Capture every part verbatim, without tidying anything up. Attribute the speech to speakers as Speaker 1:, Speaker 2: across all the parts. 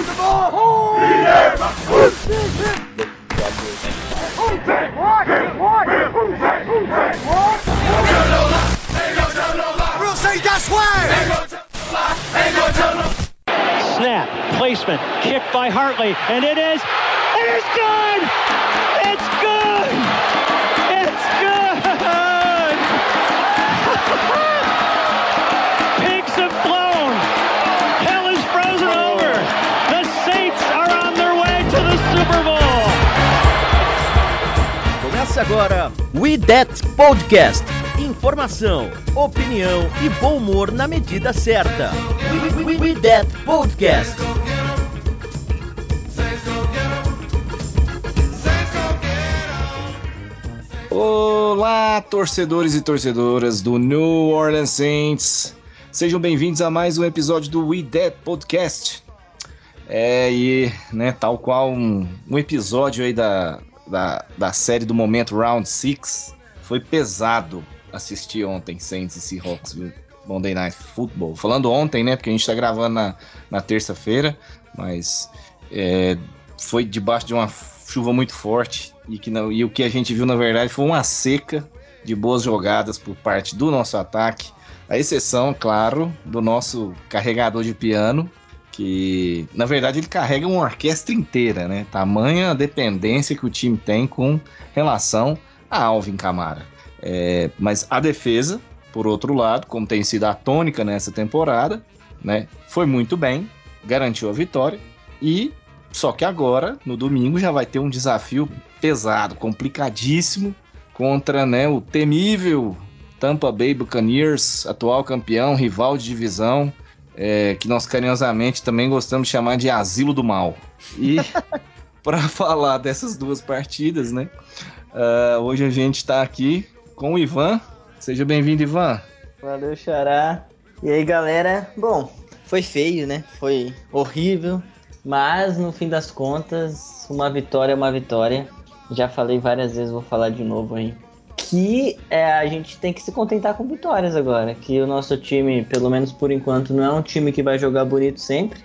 Speaker 1: Snap, placement, kick by Hartley, and it is, it is good! It's good! It's good! Pigs have flown! Hell is frozen over! The Saints are on their way to the Super Bowl!
Speaker 2: Começa agora We That Podcast. Informação, opinião e bom humor na medida certa. We, we, we That Podcast.
Speaker 3: Olá, torcedores e torcedoras do New Orleans Saints. Sejam bem-vindos a mais um episódio do We That Podcast. É, e, né, tal qual um, um episódio aí da, da, da série do momento Round seis, foi pesado assistir ontem Saints e Seahawks, viu? Monday Night Football. Falando ontem, né, porque a gente tá gravando na, na terça-feira, mas é, foi debaixo de uma chuva muito forte e, que não, e o que a gente viu, na verdade, foi uma seca de boas jogadas por parte do nosso ataque, a exceção, claro, do nosso carregador de piano, que, na verdade, ele carrega uma orquestra inteira, né? Tamanha dependência que o time tem com relação a Alvin Kamara. É, mas a defesa, por outro lado, como tem sido a tônica nessa temporada, né, foi muito bem, garantiu a vitória. E só que agora, no domingo, já vai ter um desafio pesado, complicadíssimo, contra, né, o temível Tampa Bay Buccaneers, atual campeão, rival de divisão, é, que nós carinhosamente também gostamos de chamar de Asilo do Mal. E para falar dessas duas partidas, né, uh, hoje a gente está aqui com o Ivan. Seja bem-vindo, Ivan.
Speaker 4: Valeu, Xará. E aí, galera? Bom, foi feio, né? Foi horrível, mas no fim das contas, uma vitória é uma vitória. Já falei várias vezes, vou falar de novo aí. Que é, a gente tem que se contentar com vitórias agora. Que o nosso time, pelo menos por enquanto, não é um time que vai jogar bonito sempre,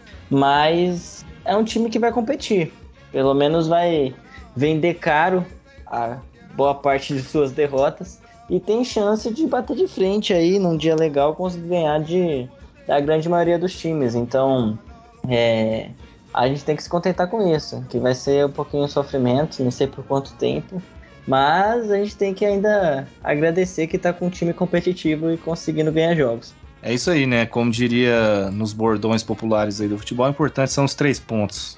Speaker 4: mas é um time que vai competir. Pelo menos vai vender caro a boa parte de suas derrotas e tem chance de bater de frente aí num dia legal, conseguir ganhar de, da grande maioria dos times. Então é, a gente tem que se contentar com isso, que vai ser um pouquinho de sofrimento, não sei por quanto tempo, mas a gente tem que ainda agradecer que tá com um time competitivo e conseguindo ganhar jogos.
Speaker 3: É isso aí, né? Como diria nos bordões populares aí do futebol, o importante são os três pontos.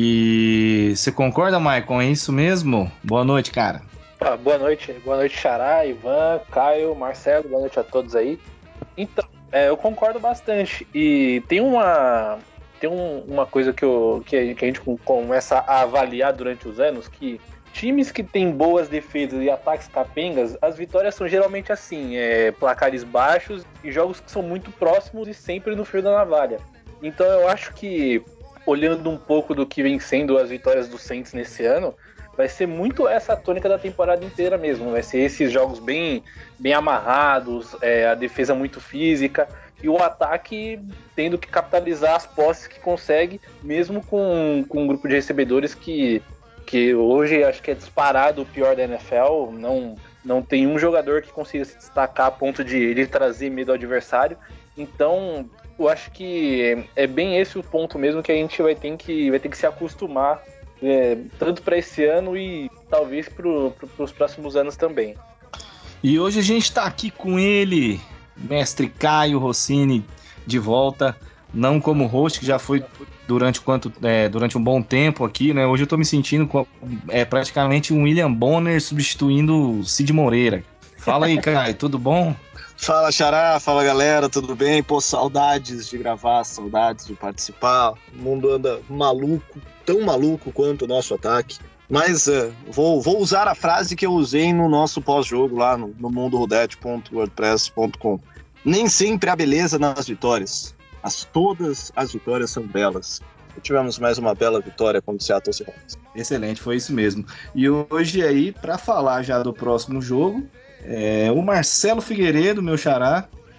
Speaker 3: E você concorda, Maicon? É isso mesmo? Boa noite, cara.
Speaker 5: Ah, boa noite, boa noite, Xará, Ivan, Caio, Marcelo, boa noite a todos aí. Então, é, eu concordo bastante. E tem uma, tem um, uma coisa que, eu, que, a, que a gente começa a avaliar durante os anos, que times que têm boas defesas e ataques capengas, as vitórias são geralmente assim, é, placares baixos e jogos que são muito próximos e sempre no fio da navalha. Então eu acho que, olhando um pouco do que vem sendo as vitórias do Saints nesse ano, vai ser muito essa tônica da temporada inteira mesmo. Vai ser esses jogos bem, bem amarrados, é, a defesa muito física e o ataque tendo que capitalizar as posses que consegue, mesmo com, com um grupo de recebedores que, que hoje acho que é disparado o pior da N F L. Não, não tem um jogador que consiga se destacar a ponto de, de trazer medo ao adversário. Então, eu acho que é bem esse o ponto mesmo que a gente vai ter que, vai ter que se acostumar, É, tanto para esse ano e talvez para pro, os próximos anos também.
Speaker 3: E hoje a gente está aqui com ele, mestre Caio Rossini, de volta, não como host, que já foi durante, quanto, é, durante um bom tempo aqui, né? Hoje eu estou me sentindo com, é, praticamente um William Bonner substituindo o Cid Moreira. Fala aí, Caio, tudo bom?
Speaker 6: Fala, Xará, fala, galera, tudo bem? Pô, saudades de gravar, saudades de participar. O mundo anda maluco, tão maluco quanto o nosso ataque. Mas uh, vou, vou usar a frase que eu usei no nosso pós-jogo lá no, no mundo rodete ponto wordpress ponto com. Nem sempre há beleza nas vitórias, mas todas as vitórias são belas. E tivemos mais uma bela vitória contra o Seattle Seahawks.
Speaker 3: Excelente, foi isso mesmo. E hoje aí, para falar já do próximo jogo, É, o Marcelo Figueiredo, meu xará,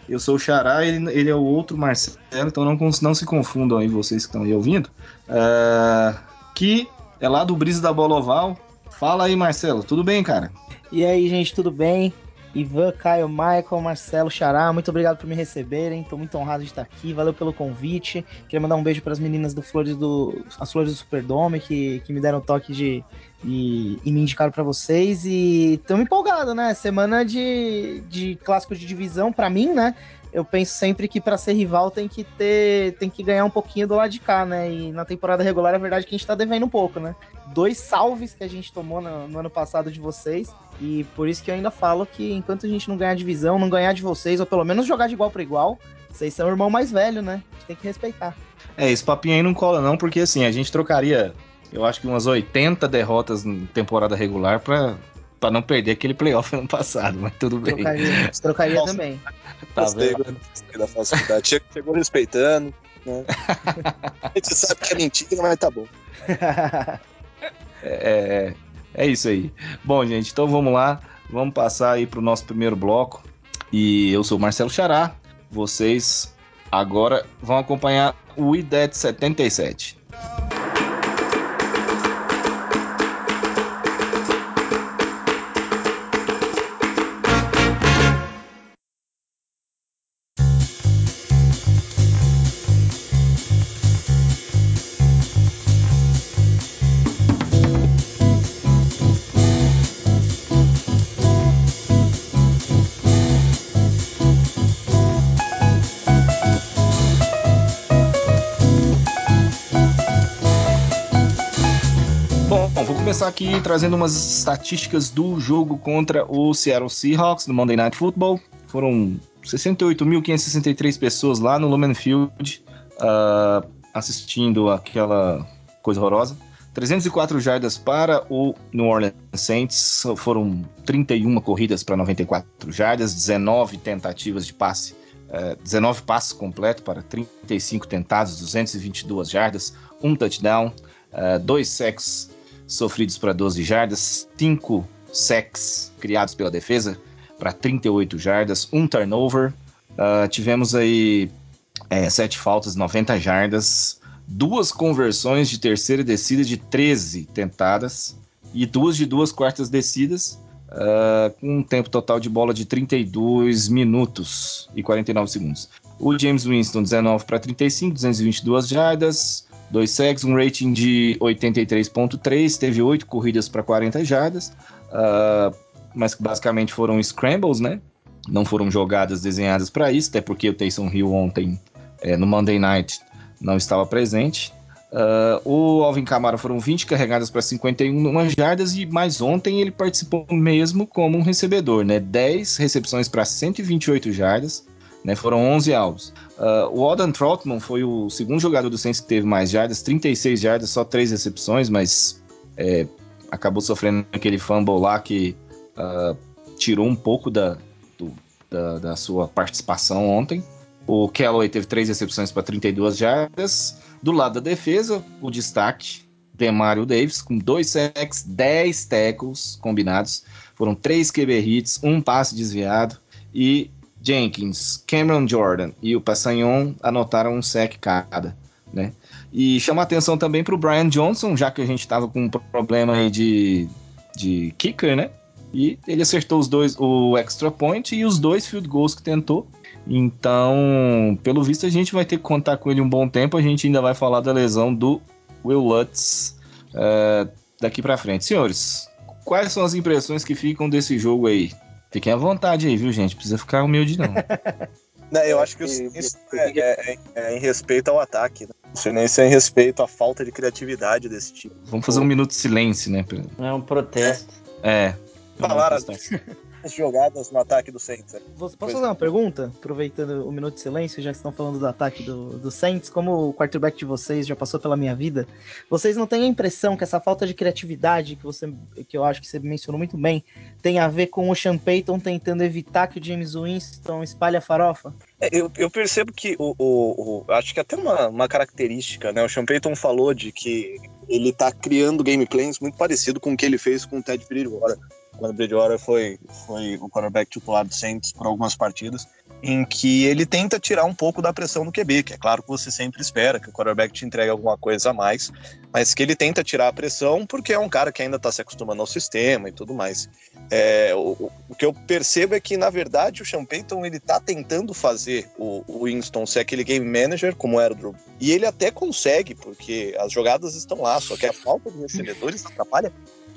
Speaker 3: Eu sou o Xará, ele, ele é o outro Marcelo, então não, não se confundam aí, vocês que estão aí ouvindo. Uh, que é lá do Brisa da Bola Oval. Fala aí, Marcelo, tudo bem, cara?
Speaker 7: E aí, gente, tudo bem? Ivan, Caio, Michael, Marcelo, Xará, muito obrigado por me receberem. Tô muito honrado de estar aqui, valeu pelo convite. Queria mandar um beijo para as meninas do Flores do as Flores do Superdome que, que me deram o toque de, de e me indicaram para vocês. E tô empolgado, né? Semana de, de clássico de divisão para mim, né? Eu penso sempre que para ser rival tem que ter, tem que ganhar um pouquinho do lado de cá, né? E na temporada regular é verdade que a gente tá devendo um pouco, né? Dois salves que a gente tomou no, no ano passado de vocês. E por isso que eu ainda falo que enquanto a gente não ganhar a divisão, não ganhar de vocês, ou pelo menos jogar de igual para igual, vocês são o irmão mais velho, né? A gente tem que respeitar.
Speaker 3: É, esse papinho aí não cola não, porque assim, a gente trocaria, eu acho que umas oitenta derrotas em temporada regular pra, pra não perder aquele playoff ano passado, mas tudo bem.
Speaker 7: Trocaria, trocaria também.
Speaker 3: Tá
Speaker 6: Gostei,
Speaker 3: vendo?
Speaker 6: gostei da facilidade. Chegou, chegou respeitando, né? A gente sabe que é mentira, mas tá bom.
Speaker 3: É, é isso aí. Bom, gente, então vamos lá. Vamos passar aí pro nosso primeiro bloco. E eu sou o Marcelo Xará. Vocês agora vão acompanhar o I D E T setenta e sete. Vou começar aqui trazendo umas estatísticas do jogo contra o Seattle Seahawks no Monday Night Football. Foram sessenta e oito mil quinhentas e sessenta e três pessoas lá no Lumen Field uh, assistindo aquela coisa horrorosa. trezentas e quatro jardas para o New Orleans Saints. Foram trinta e uma corridas para noventa e quatro jardas, dezenove tentativas de passe, uh, dezenove passes completos para trinta e cinco tentados, duzentas e vinte e duas jardas, um touchdown, uh, dois sacks sofridos para doze jardas, cinco sacks criados pela defesa para trinta e oito jardas, um turnover. Uh, tivemos aí é, sete faltas, noventa jardas, duas conversões de terceira descida de treze tentadas e duas de duas quartas descidas, uh, com um tempo total de bola de trinta e dois minutos e quarenta e nove segundos. O James Winston, dezenove para trinta e cinco, duzentas e vinte e duas jardas, dois sacks, um rating de oitenta e três ponto três, teve oito corridas para quarenta jardas, uh, mas que basicamente foram scrambles, né? Não foram jogadas desenhadas para isso, até porque o Taysom Hill ontem, é, no Monday Night, não estava presente. Uh, o Alvin Kamara foram vinte carregadas para cinquenta e uma jardas, e mais ontem ele participou mesmo como um recebedor, né? dez recepções para cento e vinte e oito jardas, né? Foram onze alvos. Uh, o Alden Troutman foi o segundo jogador do Saints que teve mais jardas, trinta e seis jardas, só três recepções, mas é, acabou sofrendo aquele fumble lá que uh, tirou um pouco da, do, da, da sua participação ontem. O Callaway teve três recepções para trinta e duas jardas. Do lado da defesa, o destaque, Demario Davis, com dois sacks, dez tackles combinados. Foram três Q B hits, um passe desviado, e Jenkins, Cameron Jordan e o Passanhon anotaram um sack cada, né? E chama atenção também para o Brian Johnson, já que a gente estava com um problema aí de, de kicker, né? E ele acertou os dois, o extra point e os dois field goals que tentou. Então, pelo visto, a gente vai ter que contar com ele um bom tempo. A gente ainda vai falar da lesão do Will Lutz uh, daqui para frente. Senhores, quais são as impressões que ficam desse jogo aí? Fiquem à vontade aí, viu, gente? Precisa ficar humilde, não.
Speaker 6: Não, eu acho que isso é, é, é em respeito ao ataque, né? Isso é em respeito à falta de criatividade desse time.
Speaker 3: Vamos fazer um minuto de silêncio, né?
Speaker 4: É um protesto.
Speaker 3: É.
Speaker 6: Falaram as jogadas no ataque do Saints.
Speaker 7: Posso fazer uma pergunta? Aproveitando o minuto de silêncio, já que estão falando do ataque do, do Saints, como o quarterback de vocês já passou pela minha vida, vocês não têm a impressão que essa falta de criatividade que, você, que eu acho que você mencionou muito bem tem a ver com o Sean Payton tentando evitar que o James Winston espalhe a farofa?
Speaker 6: É, eu, eu percebo que o, o, o acho que até uma, uma característica, né? O Sean Payton falou de que ele tá criando gameplays muito parecido com o que ele fez com o Ted Bridgewater, quando o Bridgewater foi, foi o quarterback titular do Saints por algumas partidas. em que ele tenta tirar um pouco da pressão do Q B, que é claro que você sempre espera que o quarterback te entregue alguma coisa a mais, mas que ele tenta tirar a pressão porque é um cara que ainda está se acostumando ao sistema e tudo mais. É, o, o que eu percebo é que, na verdade, o Sean Payton ele tá tentando fazer o, o Winston ser aquele game manager, como era o Drew, e ele até consegue, porque as jogadas estão lá, só que a falta de recebedores atrapalha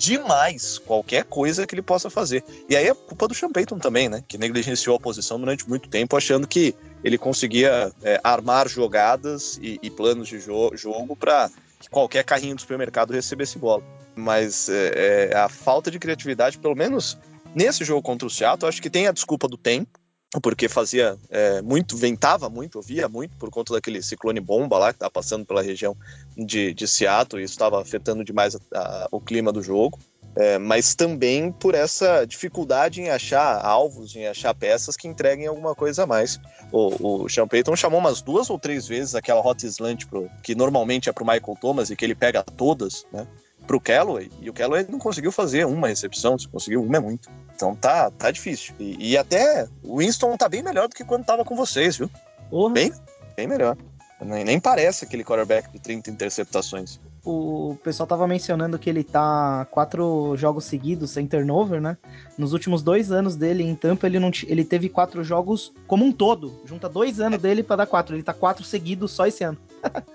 Speaker 6: demais qualquer coisa que ele possa fazer. E aí é culpa do Sean Payton também, né? Que negligenciou a posição durante muito tempo, achando que ele conseguia é, armar jogadas e, e planos de jo- jogo para que qualquer carrinho do supermercado recebesse bola. Mas é, é, a falta de criatividade, pelo menos nesse jogo contra o Seattle, acho que tem a desculpa do tempo, porque fazia é, muito, ventava muito, chovia muito por conta daquele ciclone bomba lá que estava passando pela região de, de Seattle, e isso estava afetando demais a, a, o clima do jogo, é, mas também por essa dificuldade em achar alvos, em achar peças que entreguem alguma coisa a mais. O, o Sean Payton chamou umas duas ou três vezes aquela hot slant pro, que normalmente é pro Michael Thomas e que ele pega todas, né, pro Callaway, e o Callaway não conseguiu fazer uma recepção, se conseguiu uma é muito. Então tá, tá difícil. E, e até o Winston tá bem melhor do que quando tava com vocês, viu?
Speaker 7: Porra.
Speaker 6: Bem, bem melhor. Nem, nem parece aquele quarterback de trinta interceptações.
Speaker 7: O pessoal tava mencionando que ele tá quatro jogos seguidos sem turnover, né? Nos últimos dois anos dele em Tampa, ele, não t- ele teve quatro jogos como um todo. Junta dois anos dele pra dar quatro. Ele tá quatro seguidos só esse ano.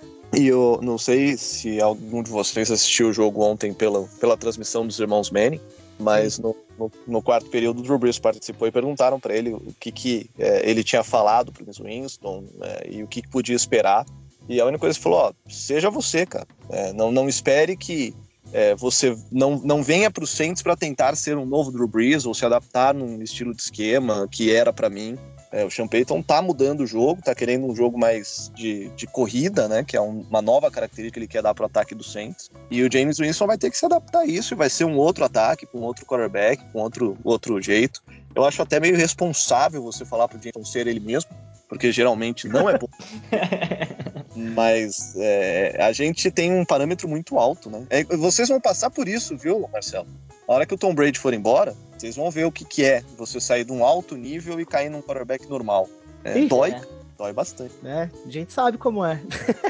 Speaker 6: E eu não sei se algum de vocês assistiu o jogo ontem pela, pela transmissão dos irmãos Manning, mas no, no, no quarto período o Drew Brees participou e perguntaram para ele o que, que é, ele tinha falado pro James Winston é, e o que, que podia esperar. E a única coisa que ele falou, ó, seja você, cara. É, não, não espere que é, você não, não venha pro Saints para tentar ser um novo Drew Brees ou se adaptar num estilo de esquema que era para mim. É, o Sean Payton tá mudando o jogo, tá querendo um jogo mais de, de corrida, né? Que é um, uma nova característica que ele quer dar pro ataque do Saints. E o James Winston vai ter que se adaptar a isso e vai ser um outro ataque, com outro quarterback, com outro, outro jeito. Eu acho até meio irresponsável você falar pro James ser ele mesmo, porque geralmente não é bom. Mas é, a gente tem um parâmetro muito alto, né? É, vocês vão passar por isso, viu, Marcelo? A hora que o Tom Brady for embora, vocês vão ver o que, que é você sair de um alto nível e cair num quarterback normal. É,
Speaker 7: Ixi,
Speaker 6: dói,
Speaker 4: é.
Speaker 6: dói bastante.
Speaker 7: É, a gente sabe como é.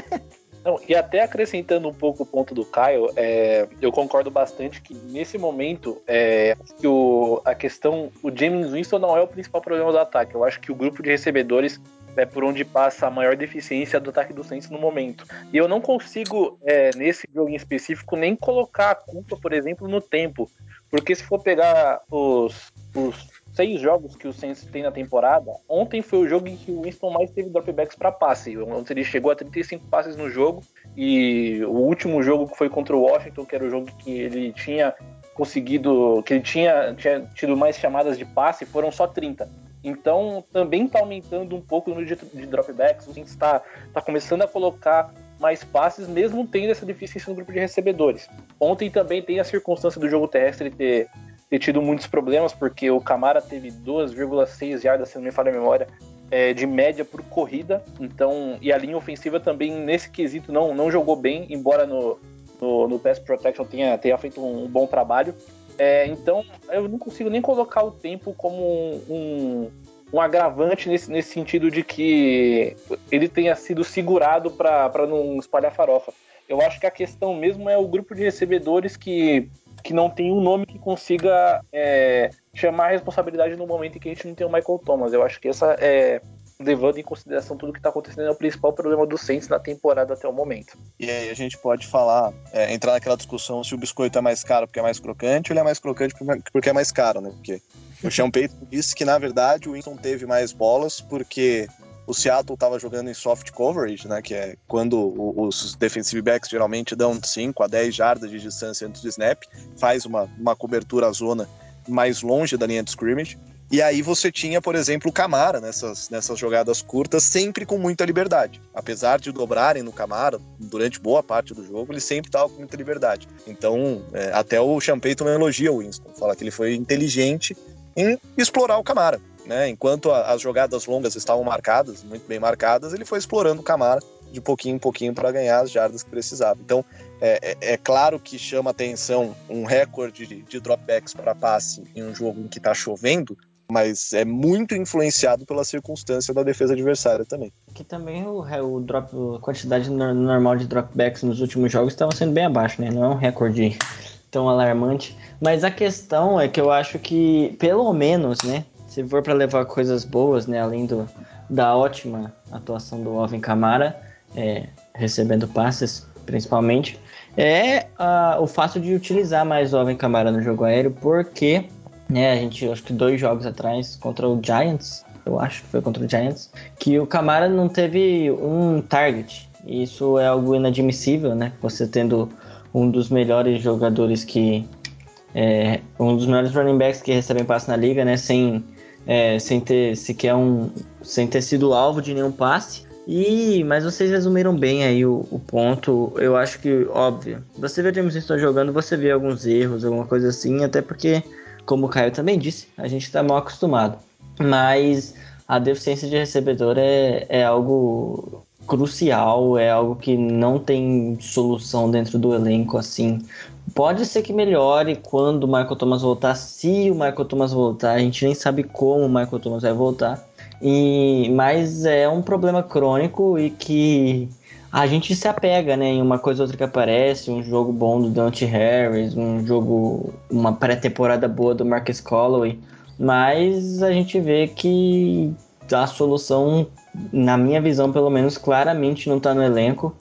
Speaker 5: Não, e até acrescentando um pouco o ponto do Caio, é, eu concordo bastante que nesse momento é, que o, a questão, o James Winston não é o principal problema do ataque. Eu acho que o grupo de recebedores é por onde passa a maior deficiência do ataque do Saints no momento. E eu não consigo, é, nesse jogo em específico, nem colocar a culpa, por exemplo, no tempo. Porque se for pegar os, os seis jogos que o Saints tem na temporada, ontem foi o jogo em que o Winston mais teve dropbacks para passe, onde ele chegou a trinta e cinco passes no jogo, e o último jogo que foi contra o Washington, que era o jogo que ele tinha conseguido, que ele tinha, tinha tido mais chamadas de passe, foram só trinta. Então também está aumentando um pouco o número de, de dropbacks, o Saints está tá começando a colocar mais passes, mesmo tendo essa deficiência no grupo de recebedores. Ontem também tem a circunstância do jogo terrestre ter ter tido muitos problemas, porque o Camara teve duas vírgula seis yardas, se não me falha a memória, é, de média por corrida, então, e a linha ofensiva também, nesse quesito, não, não jogou bem, embora no, no, no Pass Protection tenha, tenha feito um, um bom trabalho. É, então, eu não consigo nem colocar o tempo como um, um, um agravante nesse, nesse sentido de que ele tenha sido segurado para não espalhar farofa. Eu acho que a questão mesmo é o grupo de recebedores que que não tem um nome que consiga é, chamar a responsabilidade no momento em que a gente não tem o Michael Thomas. Eu acho que essa é, levando em consideração tudo que está acontecendo, é o principal problema do Saints na temporada até o momento.
Speaker 6: E aí a gente pode falar, é, entrar naquela discussão se o biscoito é mais caro porque é mais crocante ou ele é mais crocante porque é mais caro, né? Porque o Sean Payton disse que, na verdade, o Winston teve mais bolas porque o Seattle estava jogando em soft coverage, né? Que é quando os defensive backs geralmente dão cinco a dez jardas de distância antes do snap, faz uma, uma cobertura à zona mais longe da linha de scrimmage. E aí você tinha, por exemplo, o Camara nessas, nessas jogadas curtas, sempre com muita liberdade. Apesar de dobrarem no Camara durante boa parte do jogo, ele sempre estava com muita liberdade. Então, é, até o Sean Payton elogia o Winston, fala que ele foi inteligente em explorar o Camara. Né? Enquanto a, as jogadas longas estavam marcadas, muito bem marcadas, ele foi explorando o Camara de pouquinho em pouquinho para ganhar as jardas que precisava. Então, é, é, é claro que chama atenção um recorde de, de dropbacks para passe em um jogo em que está chovendo, mas é muito influenciado pela circunstância da defesa adversária também.
Speaker 4: Que também o, o drop, a quantidade normal de dropbacks nos últimos jogos estava sendo bem abaixo, né? Não é um recorde tão alarmante. Mas a questão é que eu acho que, pelo menos, né? Se for para levar coisas boas, né? Além do, da ótima atuação do Alvin Kamara, é, recebendo passes, principalmente, é a, o fato de utilizar mais o Alvin Kamara no jogo aéreo, porque, né, a gente, acho que dois jogos atrás, contra o Giants, eu acho que foi contra o Giants, que o Kamara não teve um target. Isso é algo inadmissível, né? Você tendo um dos melhores jogadores que... É, um dos melhores running backs que recebem passe na liga, né? Sem, é, sem ter sequer um... sem ter sido alvo de nenhum passe. E, mas vocês resumiram bem aí o, o ponto. Eu acho que, óbvio, você vê o James Winston jogando, você vê alguns erros, alguma coisa assim, até porque, como o Caio também disse, a gente tá mal acostumado. Mas a deficiência de recebedor é, é algo crucial, é algo que não tem solução dentro do elenco, assim. Pode ser que melhore quando o Michael Thomas voltar, se o Michael Thomas voltar, a gente nem sabe como o Michael Thomas vai voltar. E, mas é um problema crônico e que a gente se apega, né, em uma coisa ou outra que aparece, um jogo bom do Dante Harris, um jogo, uma pré-temporada boa do Marcus Callaway, mas a gente vê que a solução, na minha visão pelo menos, claramente não está no elenco.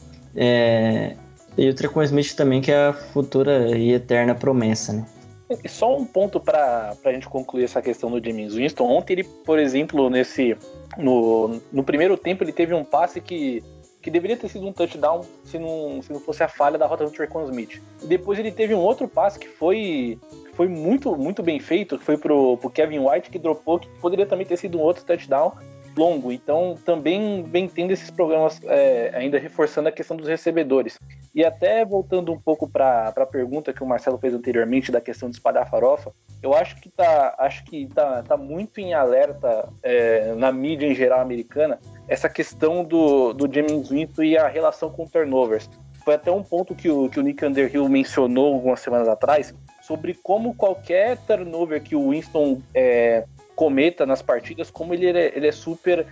Speaker 4: É... E o Tre'Quan Smith também, que é a futura e eterna promessa, né?
Speaker 5: E só um ponto para a gente concluir essa questão do James Winston. Ontem ele, por exemplo, nesse no, no primeiro tempo ele teve um passe que, que deveria ter sido um touchdown se não, se não fosse a falha da rota do Tre'Quan Smith. E depois ele teve um outro passe que foi, foi muito, muito bem feito, que foi pro, pro Kevin White, que dropou, que poderia também ter sido um outro touchdown longo. Então também vem tendo esses programas, é, ainda reforçando a questão dos recebedores. E até voltando um pouco para a pergunta que o Marcelo fez anteriormente da questão de espalhar farofa, eu acho que tá, acho que tá, tá muito em alerta, é, na mídia em geral americana, essa questão do, do James Winston e a relação com turnovers. Foi até um ponto que o, que o Nick Underhill mencionou algumas semanas atrás, sobre como qualquer turnover que o Winston é, cometa nas partidas, como ele é, ele é super...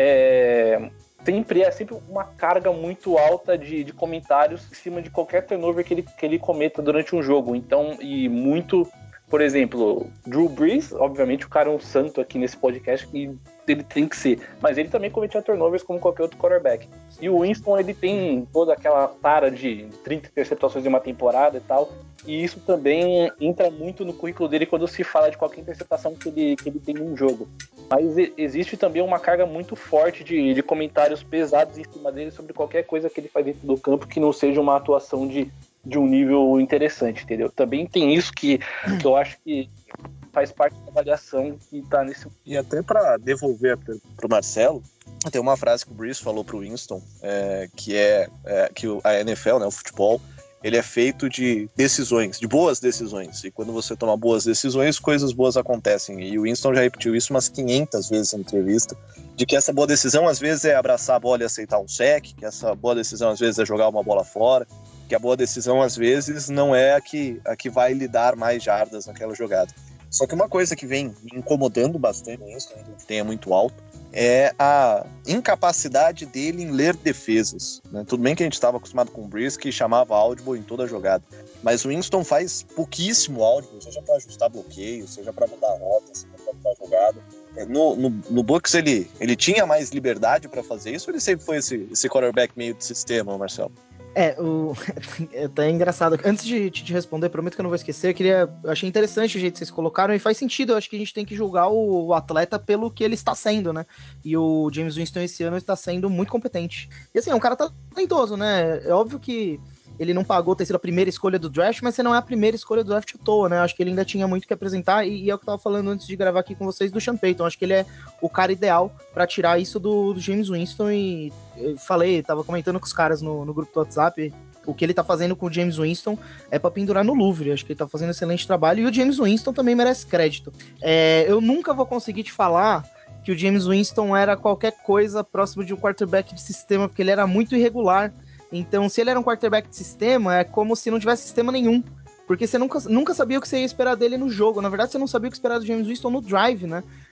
Speaker 5: É, sempre é sempre uma carga muito alta de, de comentários em cima de qualquer turnover que ele, que ele cometa durante um jogo. Então, e muito, por exemplo, Drew Brees, obviamente o cara é um santo aqui nesse podcast e ele tem que ser, mas ele também cometia turnovers como qualquer outro quarterback. E o Winston, ele tem toda aquela tara de trinta interceptações em uma temporada e tal, e isso também entra muito no currículo dele quando se fala de qualquer interceptação que ele, que ele tem em um jogo. Mas existe também uma carga muito forte de, de comentários pesados em cima dele sobre qualquer coisa que ele faz dentro do campo que não seja uma atuação de, de um nível interessante, entendeu? Também tem isso que, que eu acho que faz parte da avaliação que tá nesse...
Speaker 6: E até para devolver pro Marcelo, tem uma frase que o Brees falou pro Winston, é, que é, é que a N F L, né, o futebol, ele é feito de decisões, de boas decisões. E quando você toma boas decisões, coisas boas acontecem. E o Winston já repetiu isso umas quinhentas vezes em entrevista, de que essa boa decisão às vezes é abraçar a bola e aceitar um sec, que essa boa decisão às vezes é jogar uma bola fora, que a boa decisão às vezes não é a que, a que vai lhe dar mais jardas naquela jogada. Só que uma coisa que vem me incomodando bastante, isso que tenha muito alto, é a incapacidade dele em ler defesas, né? Tudo bem que a gente estava acostumado com o Brees, que chamava audible em toda a jogada, mas o Winston faz pouquíssimo audible, seja para ajustar bloqueio, seja para mudar rota, seja para mudar jogada. No, no, no Bucs ele, ele tinha mais liberdade para fazer isso, ou ele sempre foi esse, esse quarterback meio de sistema, Marcelo?
Speaker 7: É, o... é até engraçado. Antes de te responder, prometo que eu não vou esquecer, eu queria... eu achei interessante o jeito que vocês colocaram, e faz sentido, eu acho que a gente tem que julgar o, o atleta pelo que ele está sendo, né? E o James Winston esse ano está sendo muito competente. E assim, é um cara talentoso, né? É óbvio que ele não pagou ter sido a primeira escolha do draft, mas você não é a primeira escolha do draft à toa, né? Acho que ele ainda tinha muito que apresentar, e, e é o que eu tava falando antes de gravar aqui com vocês do Sean Payton. Acho que ele é o cara ideal para tirar isso do, do James Winston, e eu falei, tava comentando com os caras no, no grupo do WhatsApp, o que ele tá fazendo com o James Winston é pra pendurar no Louvre. Acho que ele tá fazendo um excelente trabalho, e o James Winston também merece crédito. É, eu nunca vou conseguir te falar que o James Winston era qualquer coisa próximo de um quarterback de sistema, porque ele era muito irregular. Então, se ele era um quarterback de sistema, é como se não tivesse sistema nenhum. Porque você nunca, nunca sabia o que você ia esperar dele no jogo. Na verdade, você não sabia o que esperar do James Winston no drive, né?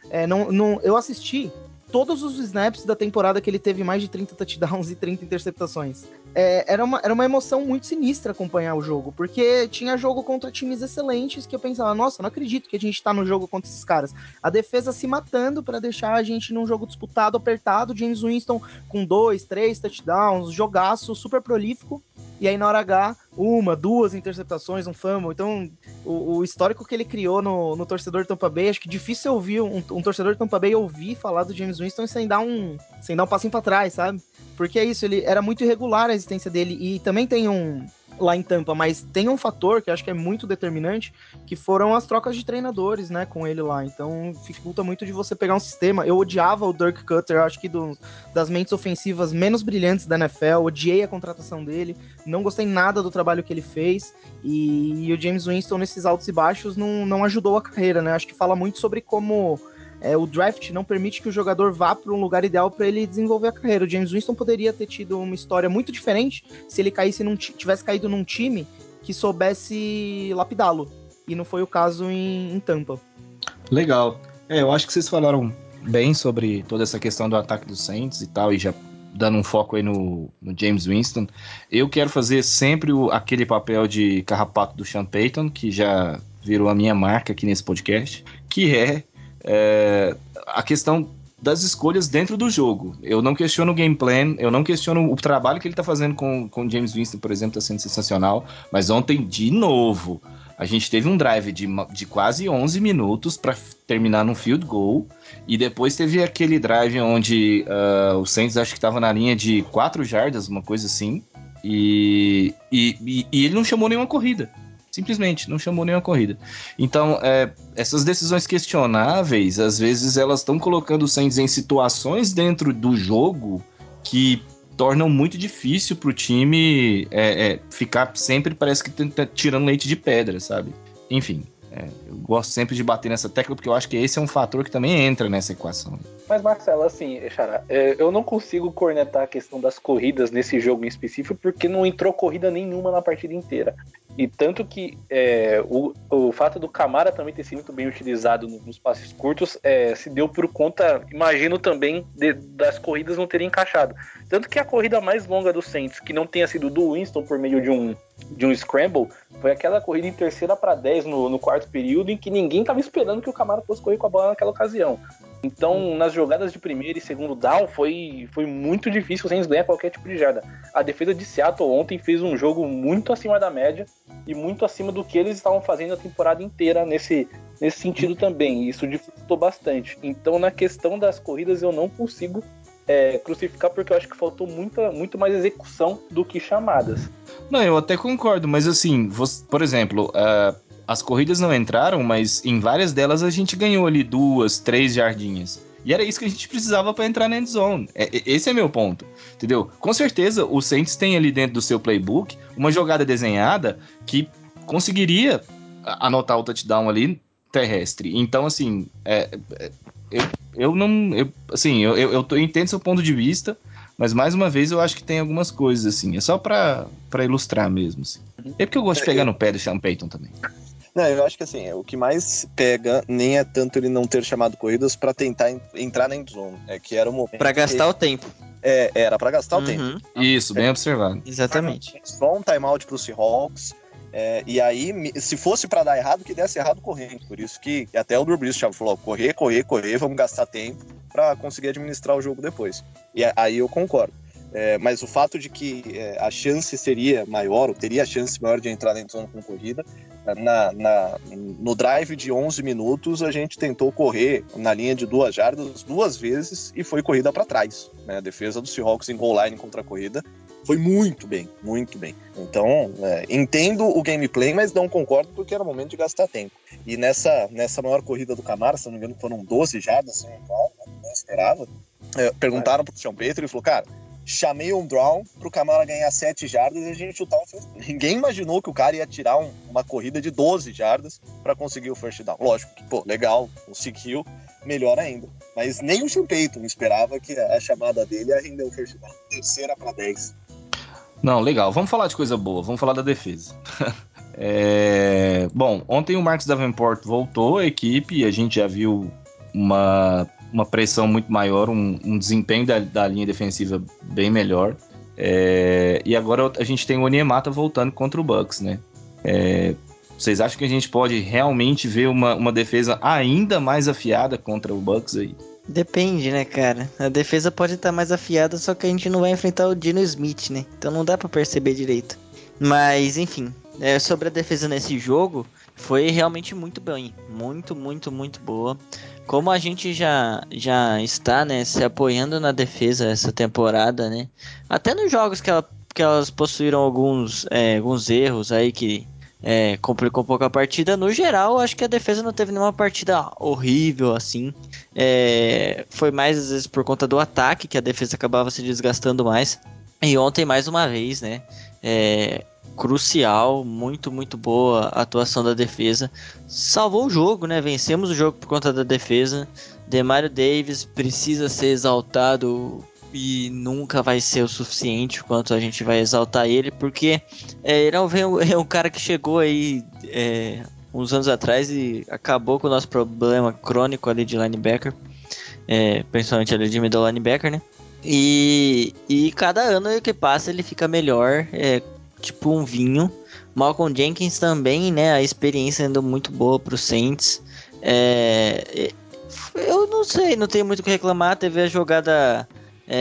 Speaker 7: É, não, não, eu assisti todos os snaps da temporada que ele teve mais de trinta touchdowns e trinta interceptações. É, era, uma, era uma emoção muito sinistra acompanhar o jogo, porque tinha jogo contra times excelentes que eu pensava, nossa, não acredito que a gente tá no jogo contra esses caras. A defesa se matando para deixar a gente num jogo disputado, apertado, James Winston com dois, três touchdowns, jogaço, super prolífico, e aí na hora H, uma, duas interceptações, um fumble. Então, o, o histórico que ele criou no, no torcedor de Tampa Bay, acho que difícil ouvir um, um torcedor de Tampa Bay ouvir falar do James Winston sem dar um, sem dar um passinho pra trás, sabe? Porque é isso, ele era muito irregular a existência dele, e também tem um, lá em Tampa, mas tem um fator que eu acho que é muito determinante, que foram as trocas de treinadores, né, com ele lá. Então, dificulta muito de você pegar um sistema. Eu odiava o Dirk Cutter, eu acho que do, das mentes ofensivas menos brilhantes da N F L, odiei a contratação dele, não gostei nada do trabalho que ele fez, e, e o James Winston nesses altos e baixos não, não ajudou a carreira, né? Acho que fala muito sobre como é, o draft não permite que o jogador vá para um lugar ideal para ele desenvolver a carreira. O James Winston poderia ter tido uma história muito diferente se ele caísse num, tivesse caído num time que soubesse lapidá-lo, e não foi o caso em, em Tampa.
Speaker 3: Legal. É, eu acho que vocês falaram bem sobre toda essa questão do ataque dos Saints e tal, e já dando um foco aí no, no James Winston. Eu quero fazer sempre o, aquele papel de carrapato do Sean Payton, que já virou a minha marca aqui nesse podcast, que é, é a questão das escolhas dentro do jogo. Eu não questiono o game plan, eu não questiono o trabalho que ele está fazendo com o James Winston, por exemplo, está sendo sensacional, mas ontem, de novo, a gente teve um drive de, de quase onze minutos para terminar num field goal, e depois teve aquele drive onde uh, o Saints acho que estava na linha de quatro jardas, uma coisa assim, e, e, e ele não chamou nenhuma corrida. Simplesmente, não chamou nenhuma corrida. Então, é, essas decisões questionáveis, às vezes elas estão colocando o Saints em situações dentro do jogo que tornam muito difícil pro time é, é, ficar sempre, parece que tá tirando leite de pedra, sabe? Enfim, é, eu gosto sempre de bater nessa tecla, porque eu acho que esse é um fator que também entra nessa equação.
Speaker 5: Mas, Marcelo, assim, Xará, eu não consigo cornetar a questão das corridas nesse jogo em específico, porque não entrou corrida nenhuma na partida inteira. E tanto que é, o, o fato do Camara também ter sido muito bem utilizado nos passes curtos é, se deu por conta, imagino também, de, das corridas não terem encaixado. Tanto que a corrida mais longa do Saints, que não tenha sido do Winston por meio de um, de um scramble, foi aquela corrida em terceira para dez no, no quarto período, em que ninguém estava esperando que o Camara fosse correr com a bola naquela ocasião. Então, nas jogadas de primeiro e segundo down, foi, foi muito difícil o Saints ganhar qualquer tipo de jarda. A defesa de Seattle ontem fez um jogo muito acima da média e muito acima do que eles estavam fazendo a temporada inteira nesse, nesse sentido também. E isso dificultou bastante. Então, na questão das corridas, eu não consigo é, crucificar, porque eu acho que faltou muita, muito mais execução do que chamadas.
Speaker 3: Não, eu até concordo, mas assim, você, por exemplo... Uh... as corridas não entraram, mas em várias delas a gente ganhou ali duas, três jardinhas. E era isso que a gente precisava para entrar na end zone. É, esse é meu ponto, entendeu? Com certeza o Saints tem ali dentro do seu playbook uma jogada desenhada que conseguiria anotar o touchdown ali terrestre. Então, assim, é, é, eu, eu não... Eu, assim, eu, eu, eu entendo seu ponto de vista, mas mais uma vez eu acho que tem algumas coisas, assim. É só para ilustrar mesmo, assim. É porque eu gosto de pegar no pé do Sean Payton também.
Speaker 6: Não, eu acho que assim, o que mais pega nem é tanto ele não ter chamado corridas pra tentar en- entrar na endzone, é que era o momento
Speaker 4: Pra gastar
Speaker 6: que...
Speaker 4: o tempo.
Speaker 6: É, era pra gastar
Speaker 4: Uhum.
Speaker 6: o tempo.
Speaker 3: Isso, bem observado.
Speaker 4: Exatamente.
Speaker 6: Só um timeout pro Seahawks, é, e aí, se fosse pra dar errado, que desse errado correndo. Por isso que até o Drew Brees já falou, correr, correr, correr, vamos gastar tempo pra conseguir administrar o jogo depois. E aí eu concordo. É, mas o fato de que é, a chance seria maior, ou teria a chance maior de entrar na endzone com corrida, na, na, no drive de onze minutos a gente tentou correr na linha de duas jardas duas vezes e foi corrida para trás, né? A defesa do Seahawks em goal line contra a corrida foi muito bem, muito bem. Então, é, entendo o gameplay, mas não concordo porque era o momento de gastar tempo. E nessa, nessa maior corrida do Camara, se não me engano foram doze jardas, assim, igual, não esperava, é, perguntaram pro Sean Payton e ele falou, cara, chamei um draw pro Camara ganhar sete jardas e a gente chutar o first down. Ninguém imaginou que o cara ia tirar um, uma corrida de doze jardas para conseguir o first down. Lógico que, pô, legal, conseguiu, melhor ainda. Mas nem o Sean Payton esperava que a, a chamada dele ia render o first down. Terceira para dez.
Speaker 3: Não, legal. Vamos falar de coisa boa, vamos falar da defesa. é... Bom, ontem o Marcus Davenport voltou à equipe e a gente já viu uma, uma pressão muito maior, um, um desempenho da, da linha defensiva bem melhor. É, e agora a gente tem o Onyemata voltando contra o Bucks, né? É, vocês acham que a gente pode realmente ver uma, uma defesa ainda mais afiada contra o Bucks aí?
Speaker 4: Depende, né, cara? A defesa pode estar mais afiada, só que a gente não vai enfrentar o Dino Smith, né? Então não dá pra perceber direito. Mas, enfim, é, sobre a defesa nesse jogo, foi realmente muito bem. Muito, muito, muito boa. Como a gente já, já está, né, se apoiando na defesa essa temporada, né? Até nos jogos que, ela, que elas possuíram alguns, é, alguns erros aí que é, complicou um pouco a partida. No geral, acho que a defesa não teve nenhuma partida horrível, assim. É, foi mais às vezes por conta do ataque que a defesa acabava se desgastando mais. E ontem mais uma vez, né? É, crucial, muito muito boa a atuação da defesa. Salvou o jogo, né? Vencemos o jogo por conta da defesa. Demario Davis precisa ser exaltado e nunca vai ser o suficiente quanto a gente vai exaltar ele, porque é, ele é um, é um cara que chegou aí é, uns anos atrás e acabou com o nosso problema crônico ali de linebacker, é, principalmente ali de middle linebacker, né? E, e cada ano que passa ele fica melhor, é tipo um vinho. Malcolm Jenkins também, né? A experiência andou muito boa pro Saints. É, eu não sei, não tenho muito o que reclamar. Teve a jogada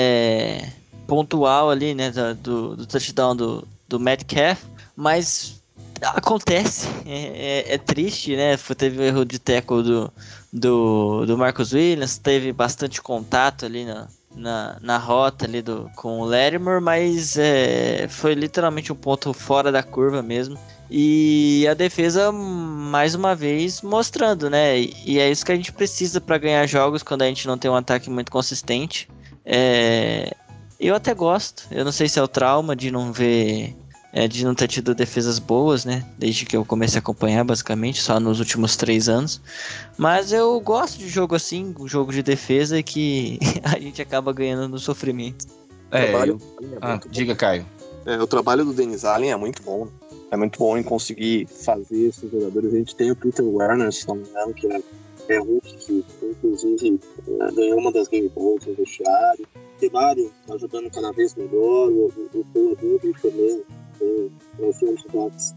Speaker 4: é, pontual ali, né? Do, do touchdown do, do Metcalf, mas acontece, é, é, é triste, né? Teve o erro de tackle do, do, do Marcus Williams, teve bastante contato ali na, na, na rota ali do, com o Lattimore, mas é, foi literalmente um ponto fora da curva mesmo. E a defesa, mais uma vez, mostrando, né? E, e é isso que a gente precisa para ganhar jogos quando a gente não tem um ataque muito consistente. É, eu até gosto, eu não sei se é o trauma de não ver... É, de não ter tido defesas boas, né? Desde que eu comecei a acompanhar, basicamente, só nos últimos três anos. Mas eu gosto de jogo assim, um jogo de defesa que a gente acaba ganhando no sofrimento.
Speaker 3: É,
Speaker 6: trabalho
Speaker 3: eu...
Speaker 6: é
Speaker 3: ah, diga, Caio.
Speaker 6: É, o trabalho do Dennis Allen é muito bom. É muito bom em conseguir fazer esses jogadores. A gente tem o Peter Werner, se não me engano, que é, é um que, inclusive, é, ganhou uma das Game Balls no vestiário. Tem vários, tá jogando cada vez melhor. O, o, o Adub também, o Frank Box,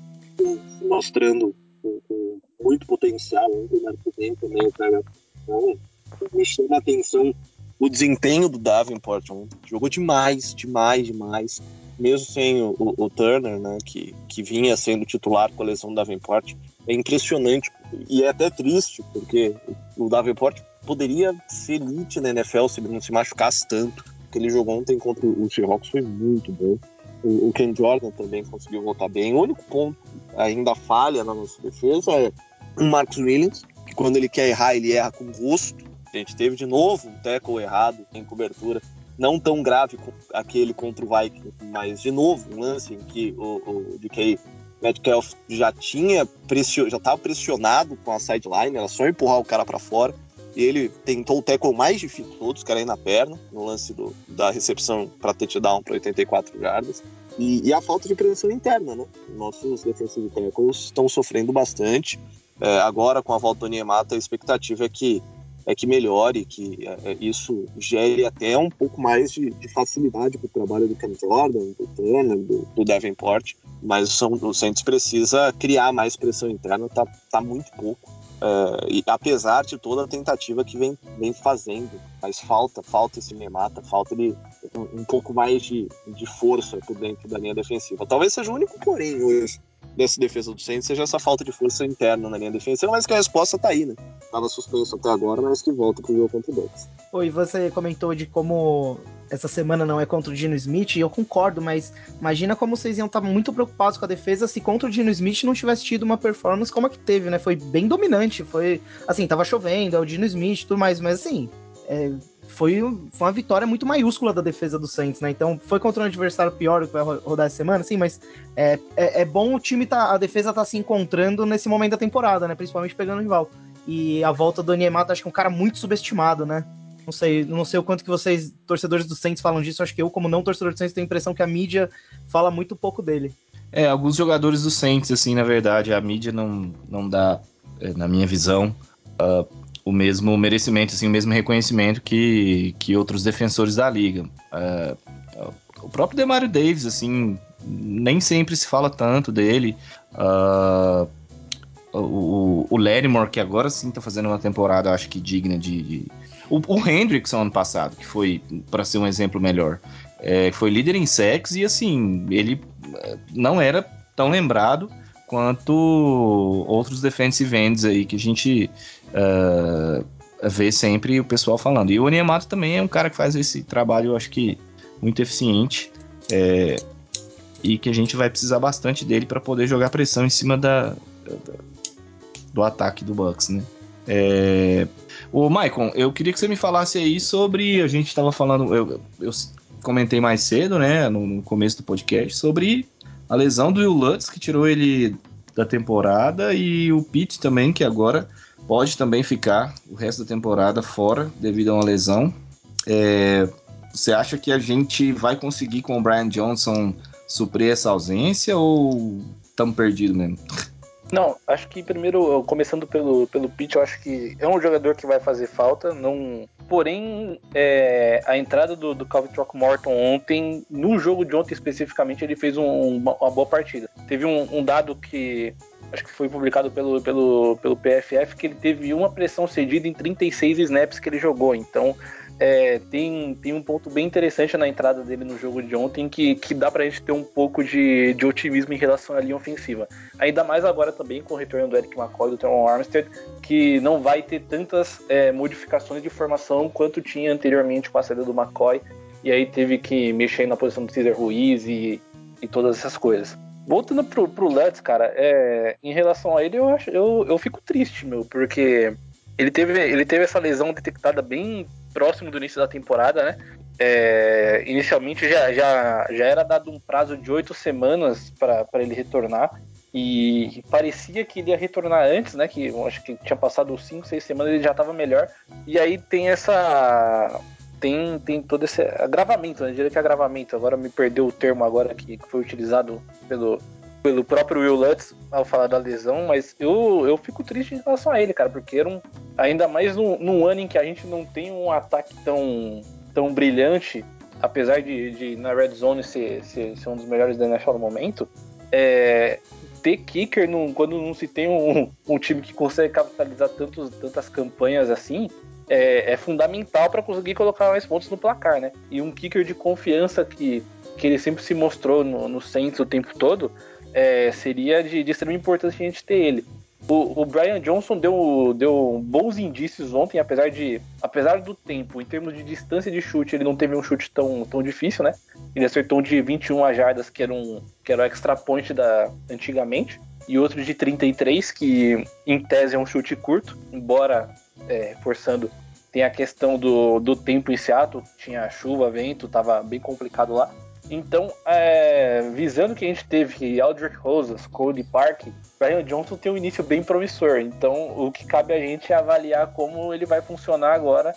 Speaker 6: mostrando com, com muito potencial. O Marco Ben também, o cara. Então, me chama a atenção o desempenho do Davenport. Jogou demais, demais, demais. Mesmo sem o, o, o Turner, né, que, que vinha sendo titular com a lesão do Davenport. É impressionante e é até triste, porque o Davenport poderia ser elite na N F L se ele não se machucasse tanto. O que ele jogou ontem contra o Seahawks foi muito bom. O, o Ken Jordan também conseguiu voltar bem. O único ponto ainda falha na nossa defesa é o Marcus Williams, que quando ele quer errar, ele erra com gosto. A gente teve de novo um tackle errado em cobertura. Não tão grave como aquele contra o Vikings, mas de novo, um lance em que o, o D K Metcalf já tinha pression, já estava pressionado com a sideline, era só empurrar o cara para fora. E ele tentou o tackle mais difícil de todos, que era ir na perna, no lance do, da recepção para touchdown para oitenta e quatro jardas. E, e a falta de pressão interna, né? Nossos defensive tackles estão sofrendo bastante. É, agora, com a volta do Onyemata, a expectativa é que é que melhore, que é, isso gere até um pouco mais de, de facilidade para o trabalho do Cam Jordan, do Turner, do, do Davenport, mas o, o Saints precisa criar mais pressão interna, tá, tá muito pouco, é, e apesar de toda a tentativa que vem, vem fazendo, mas falta, falta esse Onyemata, falta de um, um pouco mais de, de força por dentro da linha defensiva. Talvez seja o único porém hoje dessa defesa do Saints, seja essa falta de força interna na linha defensiva, mas que a resposta tá aí, né? Tava suspenso até agora, mas que volta pro jogo contra o Bucks.
Speaker 7: Oi, você comentou de como essa semana não é contra o Geno Smith, e eu concordo, mas imagina como vocês iam estar muito preocupados com a defesa se contra o Geno Smith não tivesse tido uma performance como a que teve, né? Foi bem dominante, foi, assim, tava chovendo, é o Geno Smith e tudo mais, mas assim, é, foi, foi uma vitória muito maiúscula da defesa do Saints, né? Então, foi contra um adversário pior que vai rodar essa semana, sim, mas é, é, é bom o time, tá, a defesa tá se encontrando nesse momento da temporada, né? Principalmente pegando o rival. E a volta do Onyemata, acho que é um cara muito subestimado, né? Não sei, não sei o quanto que vocês, torcedores do Saints, falam disso. Acho que eu, como não torcedor do Saints, tenho a impressão que a mídia fala muito pouco dele.
Speaker 3: É, alguns jogadores do Saints, assim, na verdade, a mídia não, não dá, é, na minha visão, uh, o mesmo merecimento, assim, o mesmo reconhecimento que, que outros defensores da liga. Uh, o próprio Demario Davis, assim, nem sempre se fala tanto dele. Uh, o, o Lattimore, que agora sim tá fazendo uma temporada, acho que digna de... de... O, o Hendrickson ano passado, que foi, para ser um exemplo melhor, é, foi líder em sacks e, assim, ele não era tão lembrado quanto outros defensive ends aí que a gente uh, vê sempre o pessoal falando. E o Onyemata também é um cara que faz esse trabalho, eu acho que muito eficiente, é, e que a gente vai precisar bastante dele para poder jogar pressão em cima da, da, do ataque do Bucks, né? É... Ô, Maicon, eu queria que você me falasse aí sobre, a gente estava falando, eu, eu comentei mais cedo, né, no, no começo do podcast, sobre a lesão do Will Lutz, que tirou ele da temporada, e o Pitt também, que agora pode também ficar o resto da temporada fora devido a uma lesão. É, você acha que a gente vai conseguir com o Brian Johnson suprir essa ausência ou estamos perdidos mesmo?
Speaker 5: Não, acho que primeiro, começando pelo, pelo Pitt, eu acho que é um jogador que vai fazer falta, não... porém, é, a entrada do, do Calvin Throckmorton ontem, no jogo de ontem especificamente, ele fez um, uma, uma boa partida. Teve um, um dado que acho que foi publicado pelo, pelo, pelo P F F, que ele teve uma pressão cedida em trinta e seis snaps que ele jogou, então é, tem, tem um ponto bem interessante na entrada dele no jogo de ontem que, que dá pra gente ter um pouco de, de otimismo em relação à linha ofensiva. Ainda mais agora também com o retorno do Eric McCoy e do Teron Armstead, que não vai ter tantas é, modificações de formação quanto tinha anteriormente com a saída do McCoy, e aí teve que mexer na posição do Cesar Ruiz e, e todas essas coisas. Voltando pro, pro Lutz, cara, é, em relação a ele, eu, acho, eu, eu fico triste, meu, porque ele teve, ele teve essa lesão detectada bem próximo do início da temporada, né? É, inicialmente já, já, já era dado um prazo de oito semanas para ele retornar, e parecia que ele ia retornar antes, né? Que eu acho que tinha passado cinco, seis semanas, ele já estava melhor. E aí tem essa... Tem, tem todo esse agravamento, né? Eu diria que agravamento. Agora me perdeu o termo agora que, que foi utilizado pelo, pelo próprio Will Lutz ao falar da lesão, mas eu, eu fico triste em relação a ele, cara, porque era um, ainda mais num, num ano em que a gente não tem um ataque tão, tão brilhante, apesar de, de na Red Zone ser, ser, ser um dos melhores da N F L no momento, é... ter kicker num, quando não se tem um, um time que consegue capitalizar tantos, tantas campanhas assim, é, é fundamental para conseguir colocar mais pontos no placar, né? E um kicker de confiança que, que ele sempre se mostrou no, no Saints o tempo todo, é, seria de, de extrema importância a gente ter ele. O, o Brian Johnson deu, deu bons indícios ontem, apesar, de, apesar do tempo, em termos de distância de chute, ele não teve um chute tão, tão difícil, né? Ele acertou um de vinte e uma jardas, que era, um, que era o extra point da, antigamente, e outro de trinta e três, que em tese é um chute curto, embora, é, forçando, tem a questão do, do tempo em Seattle, tinha chuva, vento, tava bem complicado lá. Então, é, visando que a gente teve Aldrich Rosas, Cody Park, Brian Johnson tem um início bem promissor. Então, o que cabe a gente é avaliar como ele vai funcionar agora,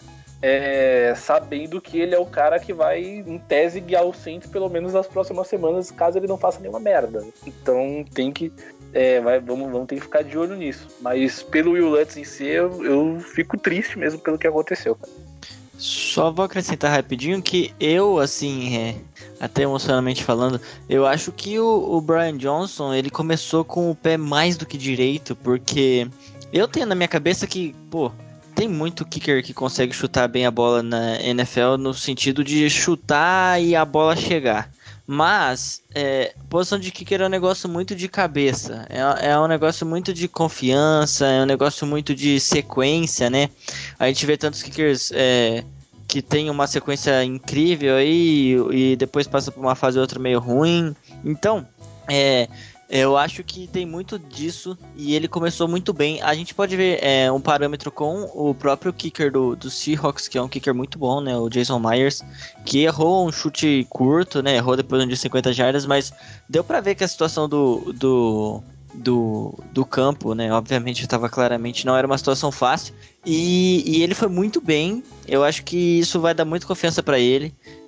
Speaker 5: é, sabendo que ele é o cara que vai, em tese, guiar o Saints pelo menos nas próximas semanas, caso ele não faça nenhuma merda. Então, tem que... É, vai, vamos, vamos ter que ficar de olho nisso. Mas pelo Will Lutz em si, eu, eu fico triste mesmo pelo que aconteceu, cara.
Speaker 4: Só vou acrescentar rapidinho que eu, assim, é, até emocionalmente falando, eu acho que o, o Brian Johnson, ele começou com o pé mais do que direito, porque eu tenho na minha cabeça que, pô, tem muito kicker que consegue chutar bem a bola na N F L no sentido de chutar e a bola chegar. Mas, é, posição de kicker é um negócio muito de cabeça, é, é um negócio muito de confiança, é um negócio muito de sequência, né? A gente vê tantos kickers é, que tem uma sequência incrível aí e depois passa por uma fase ou outra meio ruim. Então, é, eu acho que tem muito disso e ele começou muito bem. A gente pode ver é, um parâmetro com o próprio kicker do, do Seahawks, que é um kicker muito bom, né? O Jason Myers, que errou um chute curto, né? Errou depois de cinquenta jardas, mas deu pra ver que a situação do... do Do, do campo, né? Obviamente estava claramente, não era uma situação fácil. E, e ele foi muito bem. Eu acho que isso vai dar muita confiança para ele.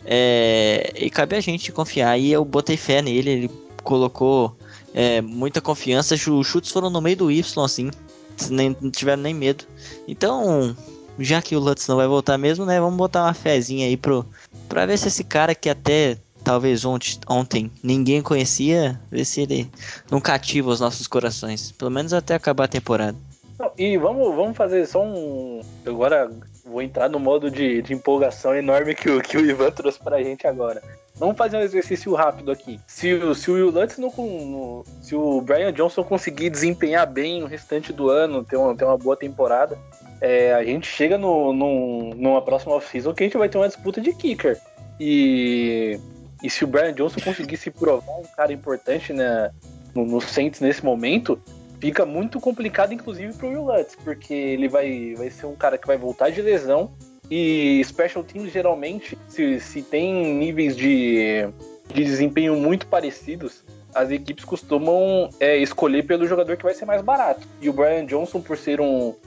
Speaker 4: É, e cabe a gente confiar. E eu botei fé nele. Ele colocou é, muita confiança. Os chutes foram no meio do Y, assim. nem, não tiveram nem medo. Então, já que o Lutz não vai voltar mesmo, né? Vamos botar uma fezinha aí pro, pra ver se esse cara que até talvez ontem, ontem ninguém conhecia, ver se ele não cativa os nossos corações. Pelo menos até acabar a temporada.
Speaker 5: Não, e vamos, vamos fazer só um... Agora vou entrar no modo de, de empolgação enorme que o, que o Ivan trouxe pra gente agora. Vamos fazer um exercício rápido aqui. Se o, se o Will Lutz não, no, se o Brian Johnson conseguir desempenhar bem o restante do ano, ter uma, ter uma boa temporada, é, a gente chega no, no, numa próxima off-season que a gente vai ter uma disputa de kicker. E, e se o Brian Johnson conseguir se provar um cara importante, né, no, no Saints nesse momento, fica muito complicado, inclusive, pro Will Lutz, porque ele vai, vai ser um cara que vai voltar de lesão. E Special Teams, geralmente, se, se tem níveis de, de desempenho muito parecidos, as equipes costumam é, escolher pelo jogador que vai ser mais barato. E o Brian Johnson, por ser um,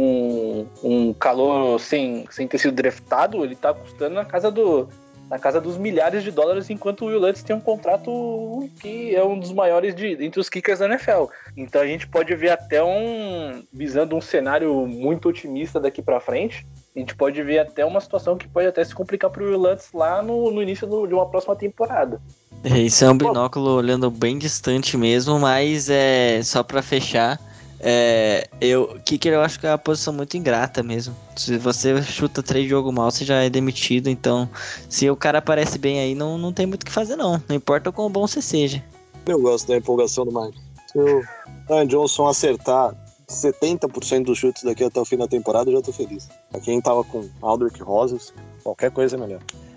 Speaker 5: um, um calor sem, sem ter sido draftado, ele tá custando na casa, do, na casa dos milhares de dólares, enquanto o Will Lutz tem um contrato que é um dos maiores de, entre os kickers da N F L. Então a gente pode ver até um... visando um cenário muito otimista daqui pra frente, a gente pode ver até uma situação que pode até se complicar pro Will Lutz lá no, no início do, de uma próxima temporada.
Speaker 4: Isso é um binóculo olhando bem distante mesmo, mas é só pra fechar. É, eu, kicker eu acho que é uma posição muito ingrata mesmo. Se você chuta três jogos mal, você já é demitido. Então, se o cara aparece bem aí, não, não tem muito o que fazer, não. Não importa o quão bom você seja.
Speaker 6: Eu gosto da empolgação do Mike. Se o Brian Johnson acertar setenta por cento dos chutes daqui até o fim da temporada, eu já tô feliz. Pra quem tava com Aldrich Rosas, qualquer coisa é melhor.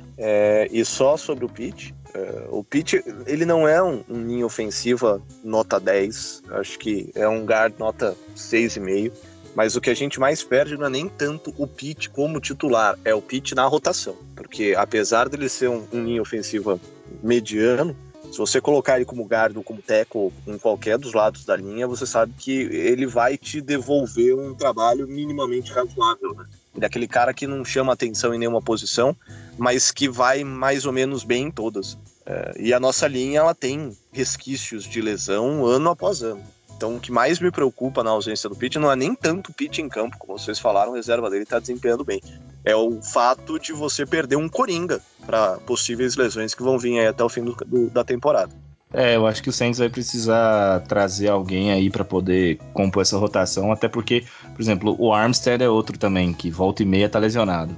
Speaker 6: É, e só sobre o Pitt, é, o Pitt, ele não é um, um linha ofensiva nota dez, acho que é um guard nota seis vírgula cinco, mas o que a gente mais perde não é nem tanto o Pitt como titular, é o Pitt na rotação, porque apesar dele ser um, um linha ofensiva mediano, se você colocar ele como guard ou como tackle em qualquer dos lados da linha, você sabe que ele vai te devolver um trabalho minimamente razoável, né? Daquele cara que não chama atenção em nenhuma posição, mas que vai mais ou menos bem em todas. É, e a nossa linha, ela tem resquícios de lesão ano após ano. Então o que mais me preocupa na ausência do Pitt não é nem tanto o Pitt em campo, como vocês falaram, a reserva dele está desempenhando bem. É o fato de você perder um coringa para possíveis lesões que vão vir aí até o fim do, do, da temporada.
Speaker 3: É, eu acho que o Saints vai precisar trazer alguém aí para poder compor essa rotação, até porque, por exemplo, o Armstead é outro também, que volta e meia tá lesionado.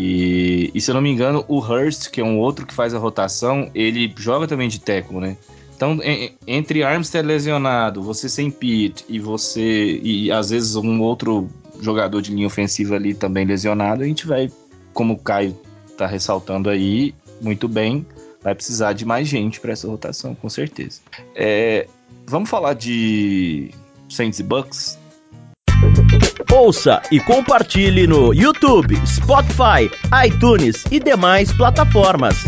Speaker 3: E, e se eu não me engano, o Hurst, que é um outro que faz a rotação, ele joga também de tackle, né? Então, em, entre Armstead lesionado, você sem Pitt e você, e às vezes um outro jogador de linha ofensiva ali também lesionado, a gente vai, como o Caio tá ressaltando aí, muito bem, vai precisar de mais gente para essa rotação, com certeza. É, vamos falar de Saints e Bucks?
Speaker 2: Ouça e compartilhe no YouTube, Spotify, iTunes e demais plataformas.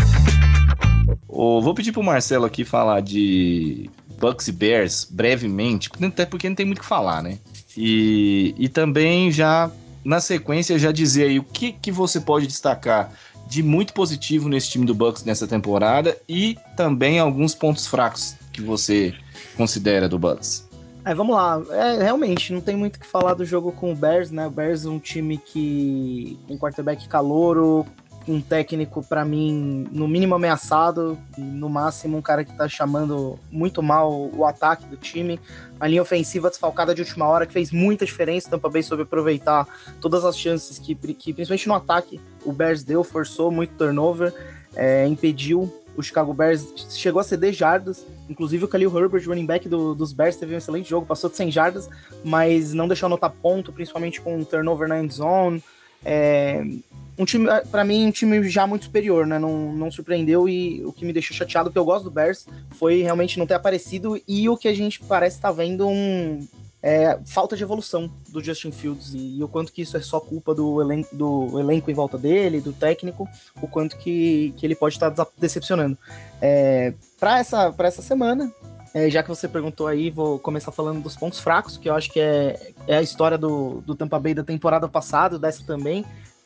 Speaker 3: Oh, vou pedir pro Marcelo aqui falar de Bucks e Bears brevemente, até porque não tem muito o que falar, né? E, e também já, na sequência, já dizer aí o que, que você pode destacar de muito positivo nesse time do Bucks nessa temporada e também alguns pontos fracos que você considera do Bucks.
Speaker 7: Aí, vamos lá. É, realmente, não tem muito o que falar do jogo com o Bears, né? O Bears é um time que... um quarterback calouro, um técnico, pra mim, no mínimo ameaçado, no máximo um cara que tá chamando muito mal o ataque do time. A linha ofensiva desfalcada de última hora, que fez muita diferença. Tampa Bay soube aproveitar todas as chances que, que principalmente no ataque, o Bears deu, forçou muito turnover, é, impediu. O Chicago Bears chegou a ceder jardas, inclusive o Khalil Herbert, running back do, dos Bears, teve um excelente jogo, passou de cem jardas, mas não deixou anotar ponto, principalmente com um turnover na end zone. É, um time, para mim, um time já muito superior, né? Não, não surpreendeu, e o que me deixou chateado, porque eu gosto do Bears, foi realmente não ter aparecido, e o que a gente parece estar tá vendo um... É, falta de evolução do Justin Fields, e, e o quanto que isso é só culpa do elenco, do elenco em volta dele, do técnico, o quanto que, que ele pode estar decepcionando. É, para essa, para essa semana, é, já que você perguntou aí, vou começar falando dos pontos fracos, que eu acho que é, é a história do, do Tampa Bay da temporada passada, dessa também.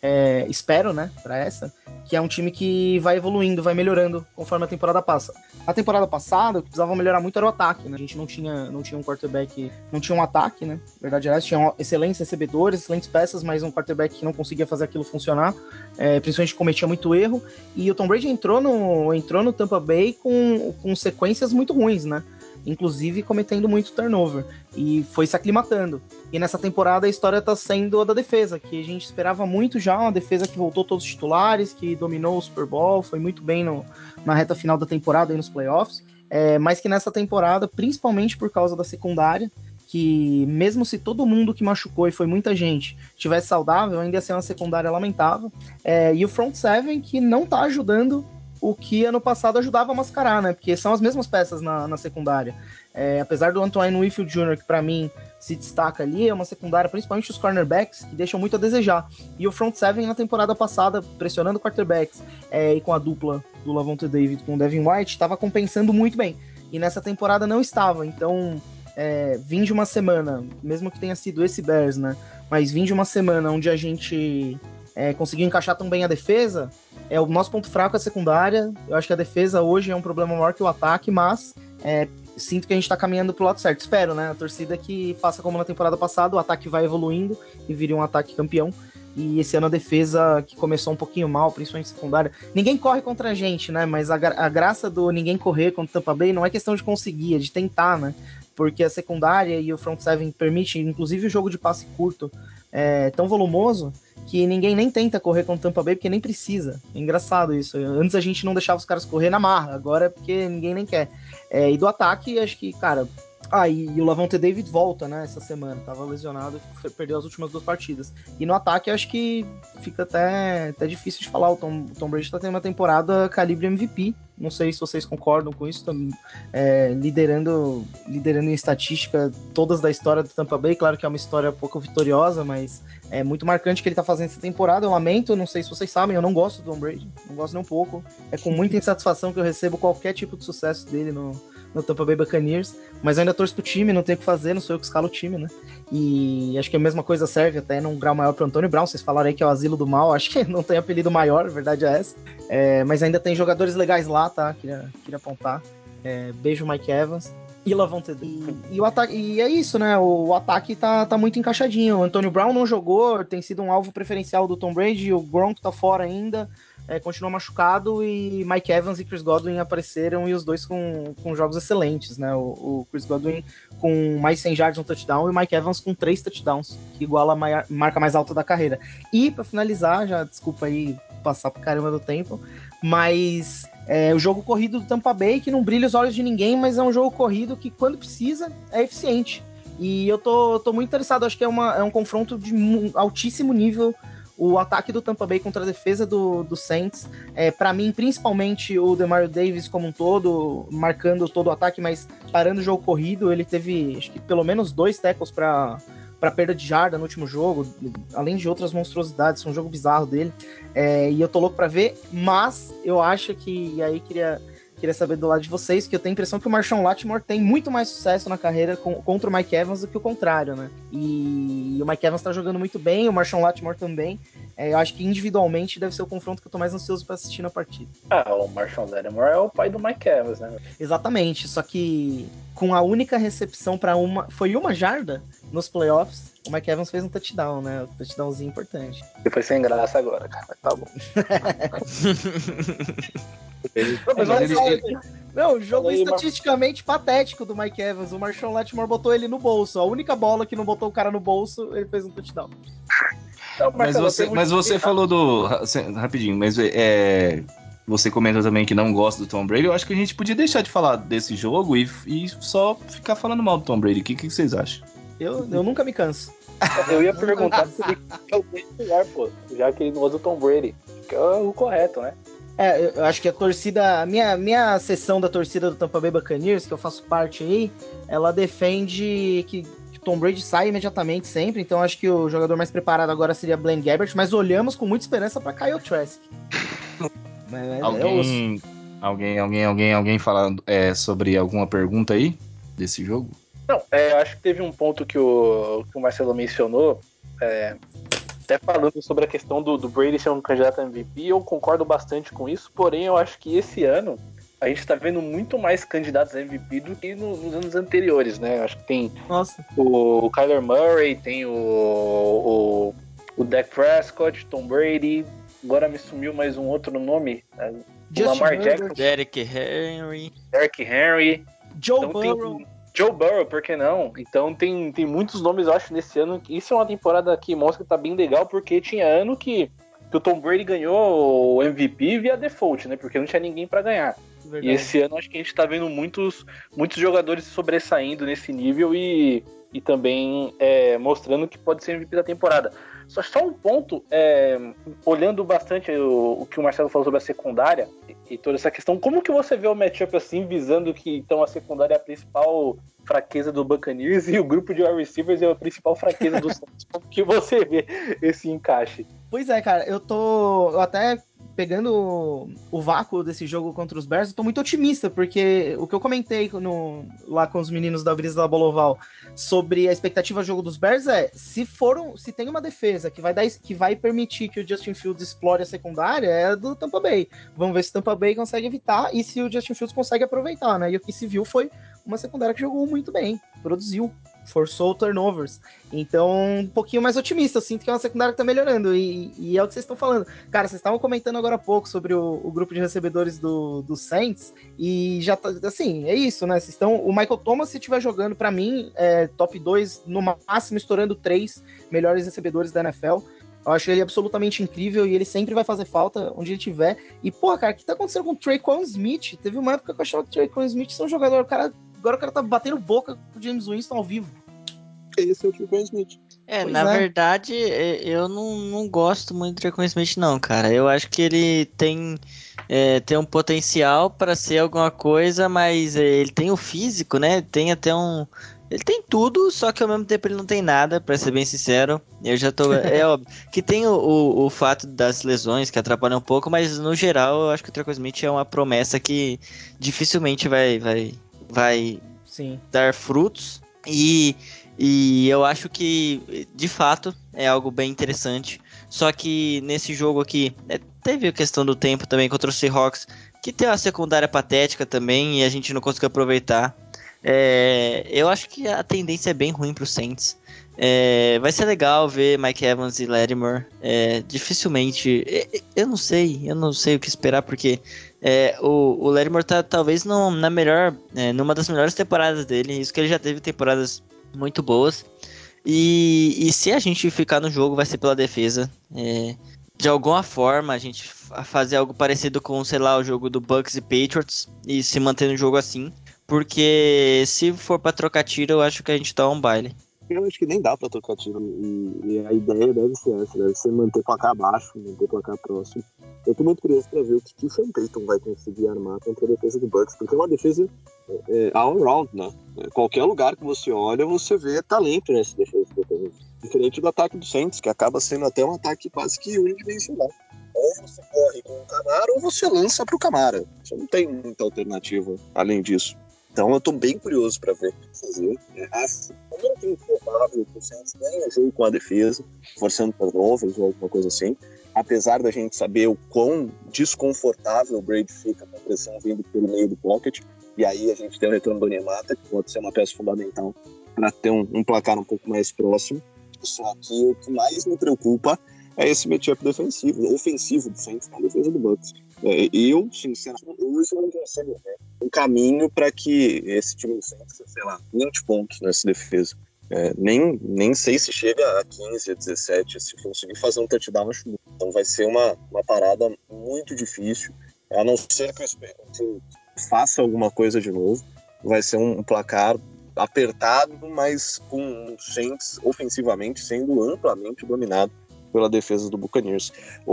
Speaker 7: é, espero, né, pra essa, que é um time que vai evoluindo, vai melhorando conforme a temporada passa. A temporada passada, o que precisava melhorar muito era o ataque, né? A gente não tinha, não tinha um quarterback, não tinha um ataque, né? Na verdade, aliás, tinha excelentes recebedores, excelentes peças, mas um quarterback que não conseguia fazer aquilo funcionar, é, principalmente cometia muito erro. E o Tom Brady entrou no, entrou no Tampa Bay com, com sequências muito ruins, né? Inclusive cometendo muito turnover, e foi se aclimatando. E nessa temporada a história tá sendo a da defesa, que a gente esperava muito já, uma defesa que voltou todos os titulares, que dominou o Super Bowl, foi muito bem no, na reta final da temporada e nos playoffs, é, mas que nessa temporada, principalmente por causa da secundária, que mesmo se todo mundo que machucou, e foi muita gente, tivesse saudável, ainda ia ser uma secundária lamentável, é, e o front seven que não tá ajudando o que ano passado ajudava a mascarar, né? Porque são as mesmas peças na, na secundária. É, apesar do Antoine Winfield Júnior, que para mim se destaca ali, é uma secundária, principalmente os cornerbacks, que deixam muito a desejar. E o front seven na temporada passada, pressionando quarterbacks, é, e com a dupla do Lavonte David com o Devin White, estava compensando muito bem. E nessa temporada não estava. Então, é, vim de uma semana, mesmo que tenha sido esse Bears, né? Mas vim de uma semana onde a gente é, conseguiu encaixar tão bem a defesa. É, o nosso ponto fraco é a secundária. Eu acho que a defesa hoje é um problema maior que o ataque, mas é, sinto que a gente tá caminhando pro lado certo. Espero, né? A torcida que faça como na temporada passada, o ataque vai evoluindo e vire um ataque campeão. E esse ano a defesa, que começou um pouquinho mal, principalmente secundária. Ninguém corre contra a gente, né? Mas a, gra- a graça do ninguém correr contra o Tampa Bay não é questão de conseguir, é de tentar, né? Porque a secundária e o front seven permite, inclusive o jogo de passe curto, é tão volumoso que ninguém nem tenta correr com o Tampa Bay porque nem precisa. É engraçado isso. Antes a gente não deixava os caras correr na marra, agora é porque ninguém nem quer. É, e do ataque, acho que, cara... Ah, e, e o Lavonte David volta, né, essa semana. Tava lesionado, foi, perdeu as últimas duas partidas. E no ataque, acho que fica até, até difícil de falar. O Tom, o Tom Brady tá tendo uma temporada calibre M V P. Não sei se vocês concordam com isso. Também, é, liderando, liderando em estatística todas da história do Tampa Bay. Claro que é uma história pouco vitoriosa, mas é muito marcante que ele tá fazendo essa temporada. Eu lamento, não sei se vocês sabem, eu não gosto do Tom Brady. Não gosto nem um pouco. É com muita insatisfação que eu recebo qualquer tipo de sucesso dele no, no Tampa Bay Buccaneers. Mas eu ainda torço pro time, não tem o que fazer, não sou eu que escalo o time, né? E acho que a mesma coisa serve até num grau maior pro Antônio Brown. Vocês falaram aí que é o asilo do mal, acho que não tem apelido maior, a verdade é essa. É, mas ainda tem jogadores legais lá, tá? Queria, queria apontar. É, beijo, Mike Evans. E Lavonte David. E, e, o ataque, e é isso, né? O, o ataque tá, tá muito encaixadinho. O Antônio Brown não jogou, tem sido um alvo preferencial do Tom Brady. O Gronk tá fora ainda. É, continua machucado, e Mike Evans e Chris Godwin apareceram, e os dois com, com jogos excelentes, né? O, o Chris Godwin com mais cem jardas no touchdown e o Mike Evans com três touchdowns, que iguala a maior, marca mais alta da carreira. E para finalizar, já desculpa aí passar pro caramba do tempo, mas é, o jogo corrido do Tampa Bay, que não brilha os olhos de ninguém, mas é um jogo corrido que quando precisa é eficiente. E eu tô, tô muito interessado, acho que é, uma, é um confronto de altíssimo nível. O ataque do Tampa Bay contra a defesa do, do Saints, é, para mim, principalmente o Demario Davis como um todo, marcando todo o ataque, mas parando o jogo corrido. Ele teve, acho que pelo menos dois tackles para para perda de jarda no último jogo, além de outras monstruosidades. Foi um jogo bizarro dele, é, e eu tô louco para ver, mas eu acho que, e aí queria... Queria saber do lado de vocês, que eu tenho a impressão que o Marshawn Lattimore tem muito mais sucesso na carreira com, contra o Mike Evans do que o contrário, né? E, e o Mike Evans tá jogando muito bem, o Marshawn Lattimore também. É, eu acho que individualmente deve ser o confronto que eu tô mais ansioso pra assistir na partida.
Speaker 5: Ah, o Marshawn Lattimore é o pai do Mike Evans, né?
Speaker 7: Exatamente, só que com a única recepção para uma... Foi uma jarda nos playoffs, o Mike Evans fez um touchdown, né? Um touchdownzinho importante.
Speaker 5: E foi sem graça agora, cara, mas tá bom.
Speaker 7: Não, mas ele, ele... não, o jogo
Speaker 5: aí,
Speaker 7: estatisticamente Mar... patético do Mike Evans. O Marshawn Lattimore botou ele no bolso. A única bola que não botou o cara no bolso, ele fez um touchdown.
Speaker 5: Não,
Speaker 3: mas você, mas você falou do... Rapidinho, mas é... Você comentou também que não gosta do Tom Brady. Eu acho que a gente podia deixar de falar desse jogo e, e só ficar falando mal do Tom Brady. O que, que vocês acham?
Speaker 7: Eu, eu nunca me canso.
Speaker 5: Eu ia perguntar se ele é o melhor, pô, já que ele não usa o Tom Brady, que é o correto, né?
Speaker 7: É, eu acho que a torcida, a minha, minha seção da torcida do Tampa Bay Buccaneers, que eu faço parte aí, ela defende que, que Tom Brady sai imediatamente sempre, então acho que o jogador mais preparado agora seria Blaine Gabbert, mas olhamos com muita esperança para Kyle Trask.
Speaker 3: Mas, alguém, é alguém, alguém, alguém, alguém falando é, sobre alguma pergunta aí desse jogo?
Speaker 5: Não, é, acho que teve um ponto que o, que o Marcelo mencionou, é, até falando sobre a questão do, do Brady ser um candidato a M V P, eu concordo bastante com isso, porém eu acho que esse ano a gente tá vendo muito mais candidatos a M V P do que no, nos anos anteriores, né? Acho que tem
Speaker 7: Nossa.
Speaker 5: o, o Kyler Murray, tem o, o, o Dak Prescott, Tom Brady, agora me sumiu mais um outro nome, né? O
Speaker 7: Justin
Speaker 5: Lamar
Speaker 7: Herbert,
Speaker 5: Jackson,
Speaker 4: Derrick Henry.
Speaker 5: Derrick Henry,
Speaker 7: Joe
Speaker 5: então
Speaker 7: Burrow.
Speaker 5: tem Joe Burrow, por que não? Então tem, tem muitos nomes, eu acho, nesse ano. Isso é uma temporada que mostra que tá bem legal, porque tinha ano que, que o Tom Brady ganhou o M V P via default, né? Porque não tinha ninguém pra ganhar.
Speaker 7: Verdade.
Speaker 5: E esse ano acho que a gente tá vendo muitos, muitos jogadores sobressaindo nesse nível e, e também é, mostrando que pode ser M V P da temporada. Só, só um ponto, é, olhando bastante o, o que o Marcelo falou sobre a secundária e, e toda essa questão, como que você vê o matchup assim, visando que então a secundária é a principal fraqueza do Buccaneers e o grupo de wide receivers é a principal fraqueza do Saints? Como que você vê esse encaixe?
Speaker 7: Pois é, cara, eu tô eu até pegando o vácuo desse jogo contra os Bears, eu tô muito otimista, porque o que eu comentei no, lá com os meninos da Brisa da Boloval sobre a expectativa do jogo dos Bears é, se foram, se tem uma defesa que vai dar, que vai permitir que o Justin Fields explore a secundária, é a do Tampa Bay. Vamos ver se o Tampa Bay consegue evitar e se o Justin Fields consegue aproveitar, né? E o que se viu foi uma secundária que jogou muito bem, produziu, forçou turnovers. Então, um pouquinho mais otimista. Eu sinto que é uma secundária que tá melhorando. E, e é o que vocês estão falando. Cara, vocês estavam comentando agora há pouco sobre o, o grupo de recebedores do, do Saints. E já tá, assim, é isso, né? Vocês estão, o Michael Thomas, se estiver jogando, pra mim, é top dois, no máximo estourando três melhores recebedores da N F L. Eu acho ele absolutamente incrível e ele sempre vai fazer falta onde ele estiver. E, pô, cara, o que tá acontecendo com o Traquan Smith? Teve uma época que eu achava que o Traquan Smith ser um jogador, o cara, agora o cara tá batendo boca com o James Winston ao vivo.
Speaker 6: Esse é o Traquan Smith.
Speaker 4: É,
Speaker 7: Pois
Speaker 4: na
Speaker 7: é.
Speaker 4: verdade, é, eu não, não gosto muito do Traquan Smith, não, cara. Eu acho que ele tem, é, tem um potencial para ser alguma coisa, mas é, ele tem o físico, né? Tem até um. Ele tem tudo, só que ao mesmo tempo ele não tem nada, pra ser bem sincero. Eu já tô. É óbvio que tem o, o, o fato das lesões que atrapalham um pouco, mas no geral eu acho que o Traquan Smith é uma promessa que dificilmente vai, vai, vai
Speaker 7: Sim.
Speaker 4: dar frutos. E. E eu acho que, de fato, é algo bem interessante. Só que nesse jogo aqui, é, teve a questão do tempo também contra o Seahawks, que tem uma secundária patética também e a gente não conseguiu aproveitar. É, eu acho que a tendência é bem ruim para os Saints. É, vai ser legal ver Mike Evans e Lattimore. É, dificilmente, é, eu não sei, eu não sei o que esperar porque é, o, o Lattimore tá talvez no, na melhor, é, numa das melhores temporadas dele. Isso que ele já teve temporadas muito boas. E, e se a gente ficar no jogo, vai ser pela defesa. É, de alguma forma, a gente fazer algo parecido com, sei lá, o jogo do Bucks e Patriots e se manter no jogo assim. Porque se for pra trocar tiro, eu acho que a gente dá um baile.
Speaker 6: Eu acho que nem dá pra trocar tiro. E, e a ideia deve ser essa, deve ser manter placar abaixo, manter placar próximo. Eu tô muito curioso pra ver o que, que o Sean Payton vai conseguir armar contra a defesa do Bucks, porque é uma defesa é, all-round, né? Qualquer lugar que você olha, você vê talento nessa defesa do Bucks. Diferente do ataque do Saints, que acaba sendo até um ataque quase que unidimensional. Ou você corre com o Camara, ou você lança pro Camara. Você não tem muita alternativa além disso. Então eu tô bem curioso para ver o que fazer. É, acho muito improvável que o Saints ganhe o jogo com a defesa, forçando turnovers ou alguma coisa assim. Apesar da gente saber o quão desconfortável o Brady fica com a pressão vindo pelo meio do pocket. E aí a gente tem o retorno do Onyemata, que pode ser uma peça fundamental para ter um, um placar um pouco mais próximo. Só que o que mais me preocupa é esse matchup defensivo, ofensivo do Saints na defesa do Bucks. É, eu, sinceramente, hoje eu não consigo ver um caminho para que esse time do Saints, sei lá, vinte pontos nessa defesa. É, nem, nem sei se chega a quinze, a dezessete, se conseguir fazer um touchdown, acho muito. Então vai ser uma, uma parada muito difícil, a não ser que eu faça alguma coisa de novo. Vai ser um, um placar apertado, mas com o Saints ofensivamente sendo amplamente dominado pela defesa do Buccaneers.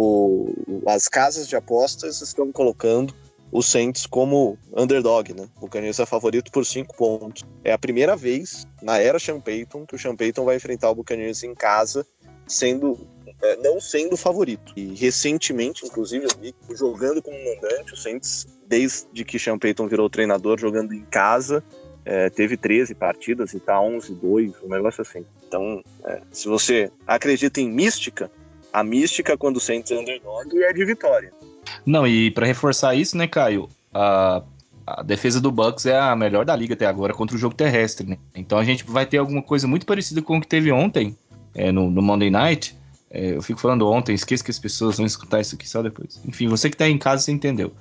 Speaker 6: O, as casas de apostas estão colocando o Saints como underdog, né? O Buccaneers é favorito por cinco pontos. É a primeira vez na era Sean Payton que o Sean Payton vai enfrentar o Buccaneers em casa, sendo, é, não sendo favorito. E recentemente, inclusive, eu vi jogando como mandante, o Saints, desde que Sean Payton virou treinador, jogando em casa, É, teve treze partidas e tá onze a dois, um negócio assim. Então, é, se você acredita em mística, a mística quando o Saints é underdog é de vitória.
Speaker 3: Não, e pra reforçar isso, né, Caio, a, a defesa do Bucks é a melhor da liga até agora contra o jogo terrestre, né? Então a gente vai ter alguma coisa muito parecida com o que teve ontem, é, no, no Monday Night. É, eu fico falando ontem, esqueço que as pessoas vão escutar isso aqui só depois. Enfim, você que tá aí em casa, você entendeu.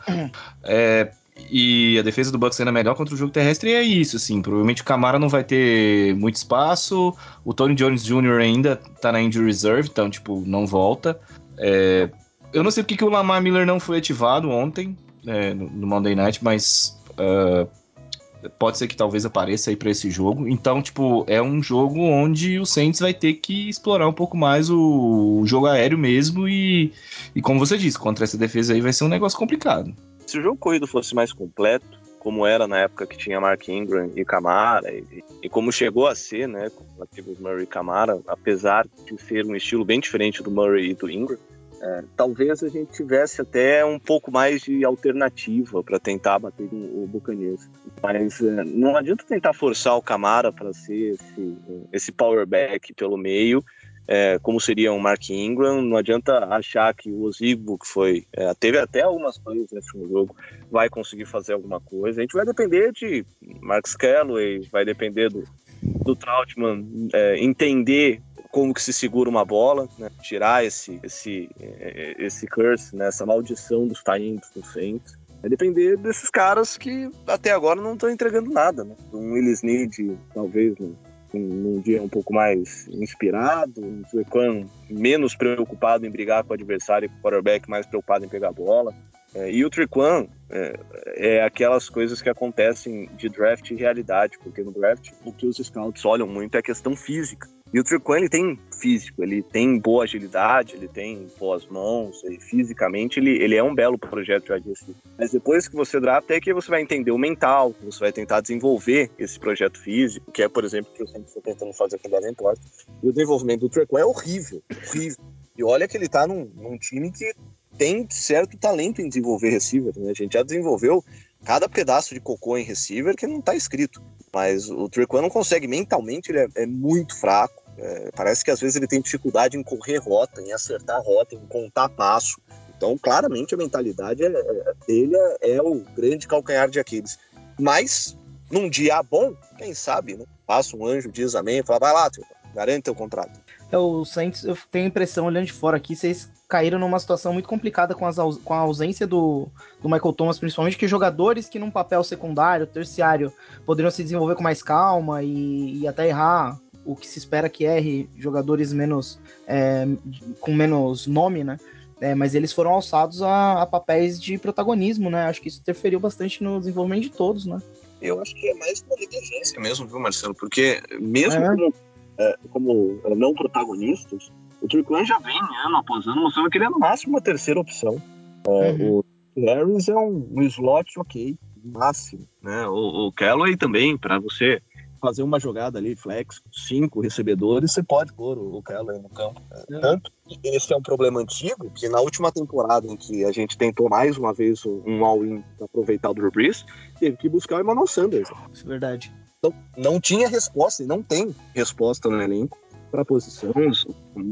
Speaker 3: É, e a defesa do Bucks sendo a melhor contra o jogo terrestre, e é isso, assim. Provavelmente o Camara não vai ter muito espaço, o Tony Jones Júnior ainda tá na injury reserve, então, tipo, não volta. É, eu não sei porque que o Lamar Miller não foi ativado ontem, é, no, no Monday Night, mas uh, pode ser que talvez apareça aí pra esse jogo. Então, tipo, é um jogo onde o Saints vai ter que explorar um pouco mais o, o jogo aéreo mesmo e, e, como você disse, contra essa defesa aí vai ser um negócio complicado.
Speaker 6: Se o jogo corrido fosse mais completo, como era na época que tinha Mark Ingram e Camara, e, e como chegou a ser, né, com os Murray e Camara, apesar de ser um estilo bem diferente do Murray e do Ingram, é, talvez a gente tivesse até um pouco mais de alternativa para tentar bater o Buccaneers. Mas é, não adianta tentar forçar o Camara para ser esse, esse power back pelo meio, é, como seria um Mark Ingram. Não adianta achar que o Ozigbo, que foi, é, teve até algumas coisas nesse jogo, vai conseguir fazer alguma coisa. A gente vai depender de Marcus Callaway, vai depender do, do Trautman é, entender como que se segura uma bola, né? Tirar esse, esse, esse curse, né? Essa maldição dos tie-ins do Saints. Vai depender desses caras que até agora não estão entregando nada, né? Um Willis Need, talvez, né? num dia um pouco mais inspirado, um Trequan menos preocupado em brigar com o adversário e com o quarterback, mais preocupado em pegar a bola. É, e o Trequan é, é aquelas coisas que acontecem de draft e realidade, porque no draft o que os scouts olham muito é a questão física. E o Trequan, ele tem físico, ele tem boa agilidade, ele tem boas mãos, e fisicamente ele, ele é um belo projeto de wide receiver. Mas depois que você drafta, é que você vai entender o mental, você vai tentar desenvolver esse projeto físico, que é, por exemplo, o que eu sempre estou tentando fazer com o Davenport. E o desenvolvimento do Trequan é horrível, horrível. E olha que ele está num, num time que tem certo talento em desenvolver receiver, né? A gente já desenvolveu cada pedaço de cocô em receiver que não está escrito. Mas o Trequan não consegue, mentalmente ele é, é muito fraco. É, parece que às vezes ele tem dificuldade em correr rota, em acertar rota, em contar passo. Então, claramente, a mentalidade é, é, dele é, é o grande calcanhar de Aquiles. Mas, num dia bom, quem sabe, né? Passa um anjo, diz amém, e fala, vai lá, Trequan, garante teu contrato.
Speaker 7: É, o Saints, eu tenho a impressão, olhando de fora aqui, vocês caíram numa situação muito complicada com, as, com a ausência do, do Michael Thomas, principalmente, que jogadores que num papel secundário, terciário, poderiam se desenvolver com mais calma e, e até errar o que se espera que erre jogadores menos é, com menos nome, né? É, mas eles foram alçados a, a papéis de protagonismo, né? Acho que isso interferiu bastante no desenvolvimento de todos, né?
Speaker 6: Eu acho que é mais uma negligência mesmo, viu, Marcelo? Porque mesmo
Speaker 7: É.
Speaker 6: como, é, como não protagonistas, o Trequan já vem ano após ano mostrando que ele é no máximo uma terceira opção. É,
Speaker 7: Uhum.
Speaker 6: O Harris é um, um slot ok, máximo, né? O, o Callaway também, para você fazer uma jogada ali, flex, com cinco recebedores, você pode pôr o, o Callaway no campo. É. Tanto que esse é um problema antigo, que na última temporada em que a gente tentou mais uma vez um all-in para aproveitar o Drew Brees, teve que buscar o Emmanuel Sanders.
Speaker 7: Isso é verdade.
Speaker 6: Então, não tinha resposta, e não tem resposta no elenco para posições,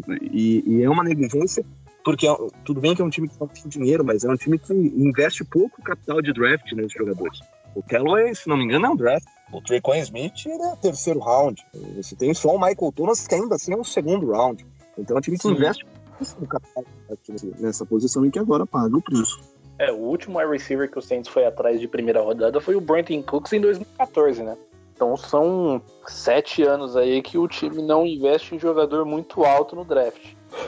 Speaker 6: e, e é uma negligência, porque tudo bem que é um time que não tem dinheiro, mas é um time que investe pouco capital de draft nesses jogadores. O Callaway, se não me engano, é um draft. O Trequan Smith ele é terceiro round. Você tem só o Michael Thomas, que ainda assim é um segundo round. Então é um time que Sim. investe no capital nessa posição e que agora paga o preço.
Speaker 5: É, o último wide receiver que o Saints foi atrás de primeira rodada foi o Brandon Cooks em dois mil e catorze, né? Então são sete anos aí que o time não investe em jogador muito alto no draft.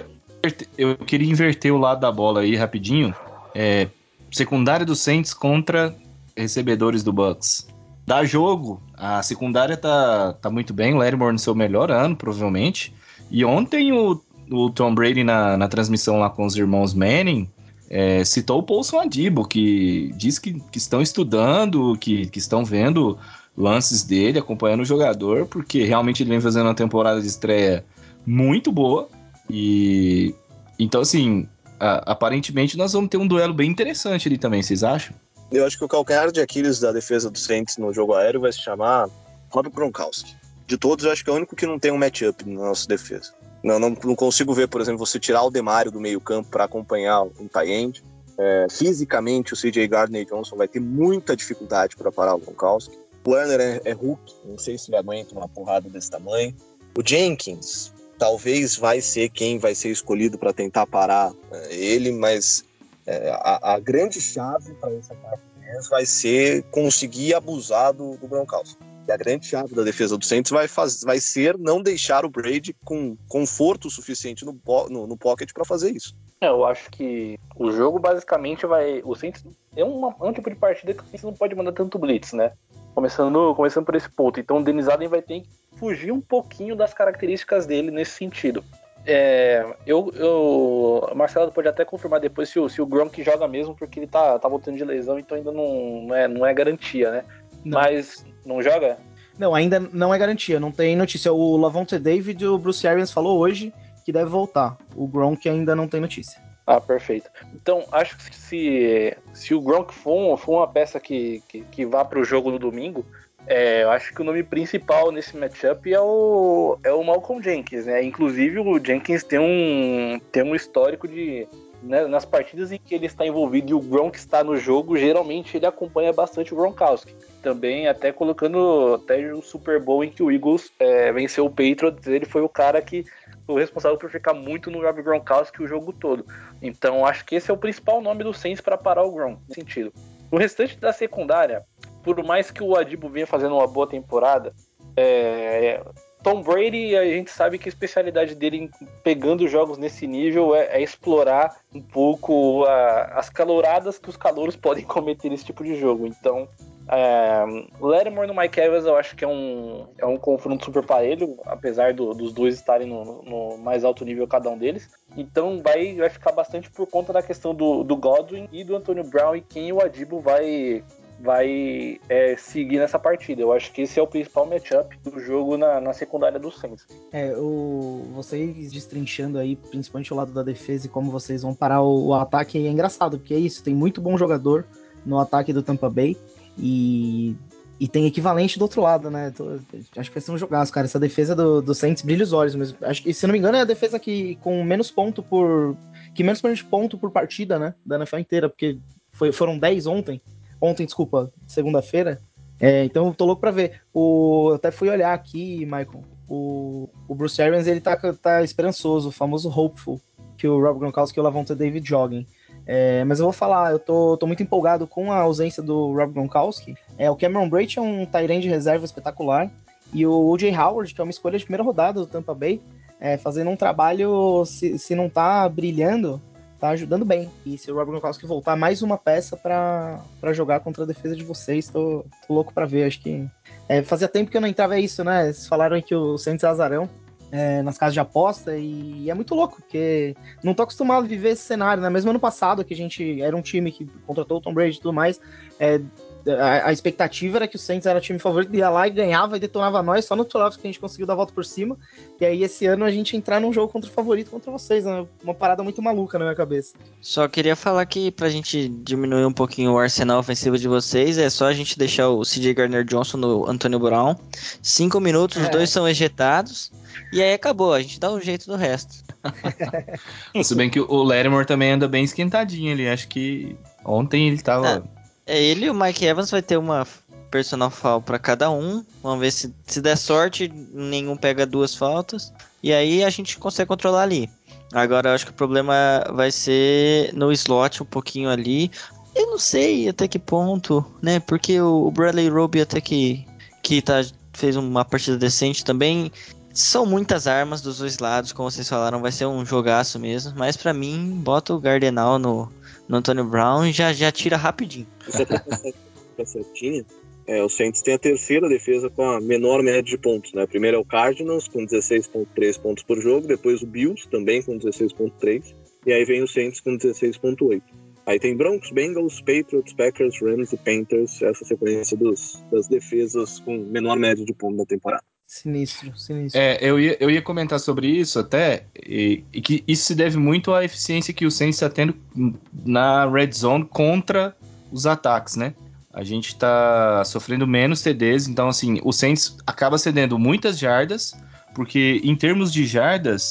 Speaker 3: Eu queria inverter o lado da bola aí rapidinho. É, secundária do Saints contra recebedores do Bucks. Dá jogo, a secundária tá, tá muito bem, o Lattimore no seu melhor ano, provavelmente. E ontem o, o Tom Brady na, na transmissão lá com os irmãos Manning é, citou o Paulson Adebo, que diz que, que estão estudando, que, que estão vendo lances dele, acompanhando o jogador, porque realmente ele vem fazendo uma temporada de estreia muito boa. E então, assim, a, aparentemente nós vamos ter um duelo bem interessante ali também, vocês acham?
Speaker 6: Eu acho que o calcanhar de Aquiles da defesa do Saints no jogo aéreo vai se chamar Rob Gronkowski. De todos, eu acho que é o único que não tem um matchup na nossa defesa. Não, não, não consigo ver, por exemplo, você tirar o Demário do meio campo para acompanhar um tight end. É, fisicamente, o C J Gardner-Johnson vai ter muita dificuldade para parar o Gronkowski. O Warner é, é Hulk, não sei se ele aguenta uma porrada desse tamanho. O Jenkins talvez vai ser quem vai ser escolhido para tentar parar é, ele, mas é, a, a grande chave para esse ataque vai ser conseguir abusar do, do Gronkowski. E a grande chave da defesa do Saints vai, faz, vai ser não deixar o Brady com conforto suficiente no, no, no pocket para fazer isso.
Speaker 5: É, eu acho que o jogo basicamente vai... O Saints é, uma, é um tipo de partida que o Saints não pode mandar tanto blitz, né? Começando, começando por esse ponto. Então o Dennis Allen vai ter que fugir um pouquinho das características dele nesse sentido. É, eu, eu, a Marcelo pode até confirmar depois se o, se o Gronk joga mesmo, porque ele tá, tá voltando de lesão, então ainda não, não, é, não é garantia, né?
Speaker 7: Não.
Speaker 5: Mas não joga?
Speaker 7: Não, ainda não é garantia, não tem notícia. O Lavonte David e o Bruce Arians falou hoje que deve voltar. O Gronk ainda não tem notícia.
Speaker 5: Ah, perfeito. Então, acho que se, se o Gronk for, for uma peça que, que, que vá para o jogo no domingo, é, eu acho que o nome principal nesse matchup é o, é o Malcolm Jenkins, né? Inclusive, o Jenkins tem um, tem um histórico de... Né, nas partidas em que ele está envolvido e o Gronk está no jogo, geralmente ele acompanha bastante o Gronkowski. Também até colocando até o Super Bowl em que o Eagles é, venceu o Patriots, ele foi o cara que foi o responsável por ficar muito no Rob Gronkowski o jogo todo. Então acho que esse é o principal nome do Saints para parar o Gronk, nesse sentido. O restante da secundária, por mais que o Adibo venha fazendo uma boa temporada, é... Tom Brady, a gente sabe que a especialidade dele em pegando jogos nesse nível é, é explorar um pouco a, as caloradas que os calouros podem cometer nesse tipo de jogo. Então, é, Lattimore no Mike Evans eu acho que é um, é um confronto super parelho, apesar do, dos dois estarem no, no mais alto nível cada um deles. Então vai, vai ficar bastante por conta da questão do, do Godwin e do Antonio Brown e quem o Adibo vai... vai é, seguir nessa partida. Eu acho que esse é o principal matchup do jogo na, na secundária do Saints.
Speaker 7: É, o, vocês destrinchando aí, principalmente o lado da defesa e como vocês vão parar o, o ataque, é engraçado, porque é isso, tem muito bom jogador no ataque do Tampa Bay e, e tem equivalente do outro lado, né? Tô, acho que vai ser um jogaço, cara. Essa defesa do, do Saints brilha os olhos, mas acho que, se não me engano, é a defesa que com menos ponto por... que menos ponto por partida, né? Da N F L inteira, porque foi, foram dez ontem. Ontem, desculpa, segunda-feira. É, então eu tô louco pra ver. O, eu até fui olhar aqui, Michael. O, o Bruce Arians, ele tá, tá esperançoso, o famoso hopeful, que o Rob Gronkowski e o Lavonte David joguem. É, mas eu vou falar, eu tô, tô muito empolgado com a ausência do Rob Gronkowski. É, o Cameron Brate é um tight end de reserva espetacular. E o O J Howard, que é uma escolha de primeira rodada do Tampa Bay, é, fazendo um trabalho, se, se não tá brilhando, tá ajudando bem. E se o Rob Gronkowski voltar, mais uma peça pra, pra jogar contra a defesa de vocês, tô, tô louco pra ver. Acho que é, fazia tempo que eu não entrava isso, né? Vocês falaram aí que o Saints é azarão é, nas casas de aposta e é muito louco, porque não tô acostumado a viver esse cenário, né? Mesmo ano passado, que a gente era um time que contratou o Tom Brady e tudo mais, é, a, a expectativa era que o Saints era o time favorito, ia lá e ganhava e detonava nós, só no playoffs que a gente conseguiu dar a volta por cima, e aí esse ano a gente entrar num jogo contra o favorito contra vocês, né? Uma parada muito maluca na minha cabeça.
Speaker 4: Só queria falar que pra gente diminuir um pouquinho o arsenal ofensivo de vocês, é só a gente deixar o C J Gardner-Johnson no Antonio Brown, cinco minutos, é. Os dois são ejetados, e aí acabou, a gente dá um jeito do resto.
Speaker 3: Se bem que o Lattimore também anda bem esquentadinho ali, acho que ontem ele tava...
Speaker 4: Ah. É, ele e o Mike Evans vai ter uma personal foul para cada um. Vamos ver se, se der sorte, nenhum pega duas faltas. E aí a gente consegue controlar ali. Agora eu acho que o problema vai ser no slot um pouquinho ali. Eu não sei até que ponto, né? Porque o, o Bradley Roby até que, que tá, fez uma partida decente também. São muitas armas dos dois lados, como vocês falaram, vai ser um jogaço mesmo. Mas pra mim, bota o Gardenal no... no Antonio Brown e já, já tira rapidinho.
Speaker 6: Só pra ficar certinho, é, o Saints tem a terceira defesa com a menor média de pontos, né? Primeiro é o Cardinals com dezesseis vírgula três pontos por jogo, depois o Bills também com dezesseis vírgula três e aí vem o Saints com dezesseis vírgula oito. Aí tem Broncos, Bengals, Patriots, Packers, Rams e Panthers, essa sequência dos, das defesas com menor média de pontos da temporada.
Speaker 7: Sinistro, sinistro.
Speaker 3: É, eu ia, eu ia comentar sobre isso até, e, e que isso se deve muito à eficiência que o Saints está tendo na red zone contra os ataques, né? A gente está sofrendo menos T Ds, então assim, o Saints acaba cedendo muitas jardas, porque em termos de jardas,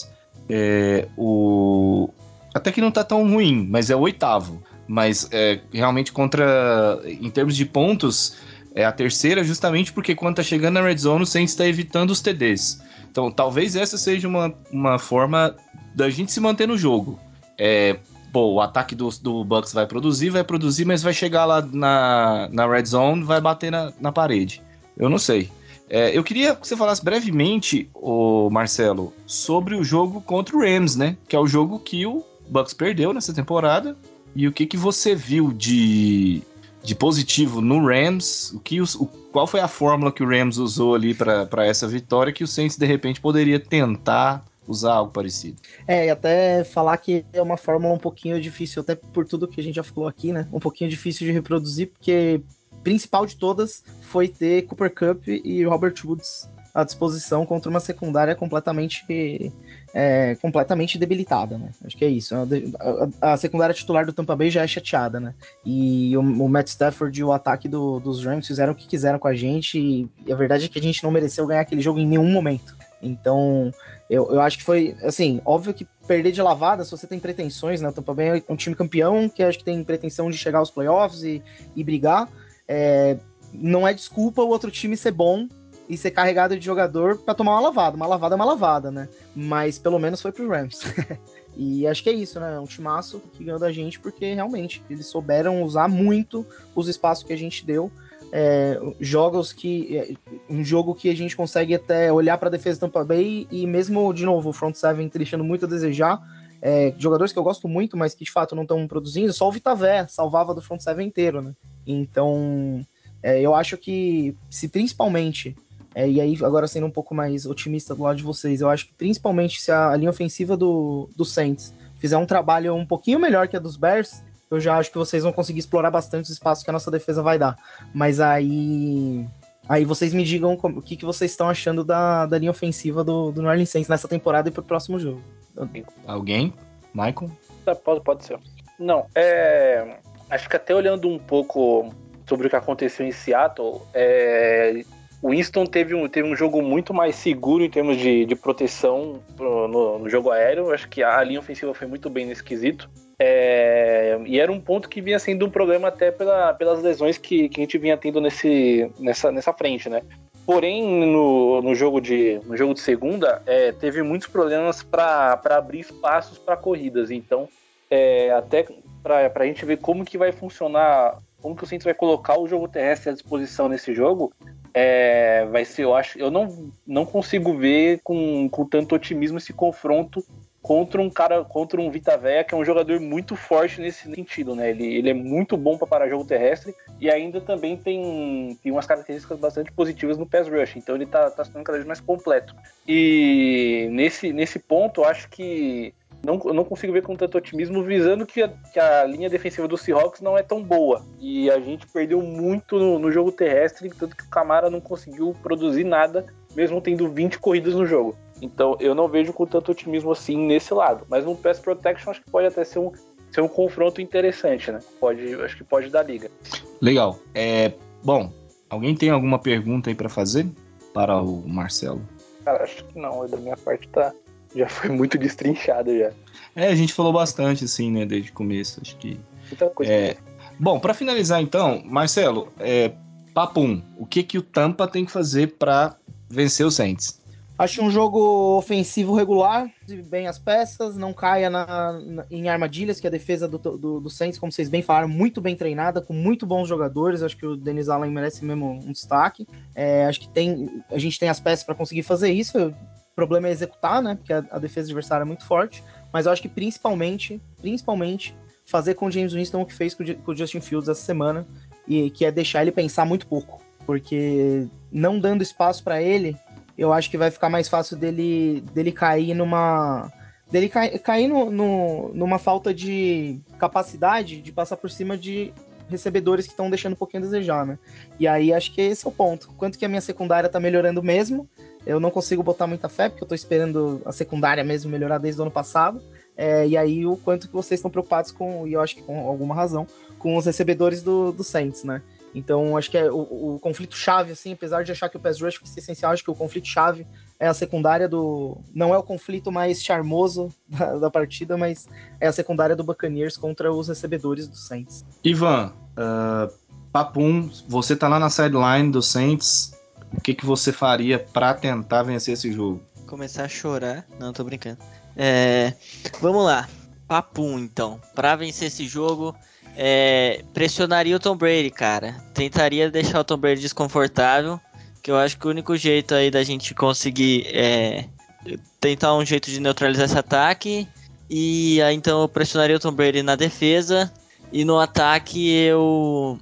Speaker 3: é, o... até que não tá tão ruim, mas é o oitavo. Mas é, realmente contra, em termos de pontos, é a terceira justamente porque quando tá chegando na Red Zone, o Saints tá evitando os T Ds. Então talvez essa seja uma, uma forma da gente se manter no jogo. É, pô, o ataque do, do Bucks vai produzir, vai produzir, mas vai chegar lá na, na Red Zone, vai bater na, na parede. Eu não sei. É, eu queria que você falasse brevemente, ô Marcelo, sobre o jogo contra o Rams, né? Que é o jogo que o Bucks perdeu nessa temporada. E o que, que você viu de, de positivo no Rams? O que os, o, qual foi a fórmula que o Rams usou ali para essa vitória que o Saints de repente poderia tentar usar algo parecido?
Speaker 7: É, e até falar que é uma fórmula um pouquinho difícil, até por tudo que a gente já falou aqui, né? Um pouquinho difícil de reproduzir, porque principal de todas foi ter Cooper Kupp e Robert Woods à disposição contra uma secundária completamente é, completamente debilitada, né? Acho que é isso. A, a, a secundária titular do Tampa Bay já é chateada, né? E o, o Matt Stafford e o ataque do, dos Rams fizeram o que quiseram com a gente, e, e a verdade é que a gente não mereceu ganhar aquele jogo em nenhum momento. Então, eu, eu acho que foi, assim, óbvio que perder de lavada, se você tem pretensões, né? O Tampa Bay é um time campeão, que acho que tem pretensão de chegar aos playoffs e, e brigar. É, não é desculpa o outro time ser bom e ser carregado de jogador pra tomar uma lavada. Uma lavada é uma lavada, né? Mas pelo menos foi pro Rams. E acho que é isso, né? É um timaço que ganhou da gente porque realmente eles souberam usar muito os espaços que a gente deu. É, jogos que um jogo que a gente consegue até olhar para a defesa do Tampa Bay e mesmo, de novo, o front seven deixando muito a desejar, é, jogadores que eu gosto muito, mas que de fato não estão produzindo, só o Vitavé salvava do front seven inteiro, né? Então, é, eu acho que se principalmente, é, e aí agora sendo um pouco mais otimista do lado de vocês, eu acho que principalmente se a, a linha ofensiva do, do Saints fizer um trabalho um pouquinho melhor que a dos Bears, eu já acho que vocês vão conseguir explorar bastante os espaços que a nossa defesa vai dar. Mas aí aí vocês me digam como, o que, que vocês estão achando da, da linha ofensiva do, do New Orleans Saints nessa temporada e pro próximo jogo.
Speaker 3: Alguém? Michael?
Speaker 5: Pode, pode ser. Não, é... acho que até olhando um pouco sobre o que aconteceu em Seattle, é... o Winston teve um, teve um jogo muito mais seguro em termos de, de proteção no, no, no jogo aéreo. Acho que a linha ofensiva foi muito bem nesse quesito. É, e era um ponto que vinha sendo um problema até pela, pelas lesões que, que a gente vinha tendo nesse, nessa, nessa frente, né? Porém, no, no, jogo, de, no jogo de segunda, é, teve muitos problemas para abrir espaços para corridas. Então, é, até para a gente ver como que vai funcionar, como que o Saints vai colocar o jogo terrestre à disposição nesse jogo, é, vai ser, eu acho, eu não, não consigo ver com, com tanto otimismo esse confronto contra um cara, contra um Vitavé, que é um jogador muito forte nesse sentido, né? Ele, ele é muito bom para parar jogo terrestre e ainda também tem, tem umas características bastante positivas no pass rush, então ele tá, tá sendo cada vez mais completo. E nesse, nesse ponto, eu acho que não, eu não consigo ver com tanto otimismo, visando que a, que a linha defensiva do Seahawks não é tão boa. E a gente perdeu muito no, no jogo terrestre, tanto que o Camara não conseguiu produzir nada, mesmo tendo vinte corridas no jogo. Então eu não vejo com tanto otimismo assim nesse lado. Mas no pass protection acho que pode até ser um, ser um confronto interessante, né? Pode, acho que pode dar liga.
Speaker 3: Legal. É, bom, alguém tem alguma pergunta aí para fazer para o Marcelo?
Speaker 5: Cara, acho que não. Da minha parte tá, já foi muito destrinchado já.
Speaker 3: É, a gente falou bastante assim, né, desde o começo. Acho que
Speaker 5: muita coisa.
Speaker 3: É... Bom, para finalizar então, Marcelo, é, papum, o que que o Tampa tem que fazer para vencer o Saints?
Speaker 7: Acho um jogo ofensivo regular, bem as peças, não caia na, na, em armadilhas, que a defesa do, do, do Saints, como vocês bem falaram, muito bem treinada, com muito bons jogadores. Acho que o Dennis Allen merece mesmo um destaque. É, acho que tem, a gente tem as peças para conseguir fazer isso. O problema é executar, né? Porque a, a defesa adversária é muito forte. Mas eu acho que principalmente, principalmente, fazer com o James Winston o que fez com o Justin Fields essa semana, e que é deixar ele pensar muito pouco. Porque não dando espaço para ele, eu acho que vai ficar mais fácil dele, dele cair numa. dele cair, cair no, no, numa falta de capacidade de passar por cima de recebedores que estão deixando um pouquinho a desejar, né? E aí acho que esse é o ponto. Quanto que a minha secundária tá melhorando mesmo, eu não consigo botar muita fé, porque eu tô esperando a secundária mesmo melhorar desde o ano passado. É, e aí o quanto que vocês estão preocupados com, e eu acho que com alguma razão, com os recebedores do, do Saints, né? Então, acho que é o, o conflito-chave, assim, apesar de achar que o pass rush fosse essencial, acho que o conflito-chave é a secundária do... Não é o conflito mais charmoso da, da partida, mas é a secundária do Buccaneers contra os recebedores do Saints.
Speaker 3: Ivan, uh, Papum, você tá lá na sideline do Saints, o que, que você faria pra tentar vencer esse jogo?
Speaker 4: Começar a chorar. Não, tô brincando. É, vamos lá. Papum, então. Pra vencer esse jogo, é, pressionaria o Tom Brady, cara. Tentaria deixar o Tom Brady desconfortável, que eu acho que o único jeito aí da gente conseguir é tentar um jeito de neutralizar esse ataque. E aí então eu pressionaria o Tom Brady na defesa. E no ataque eu...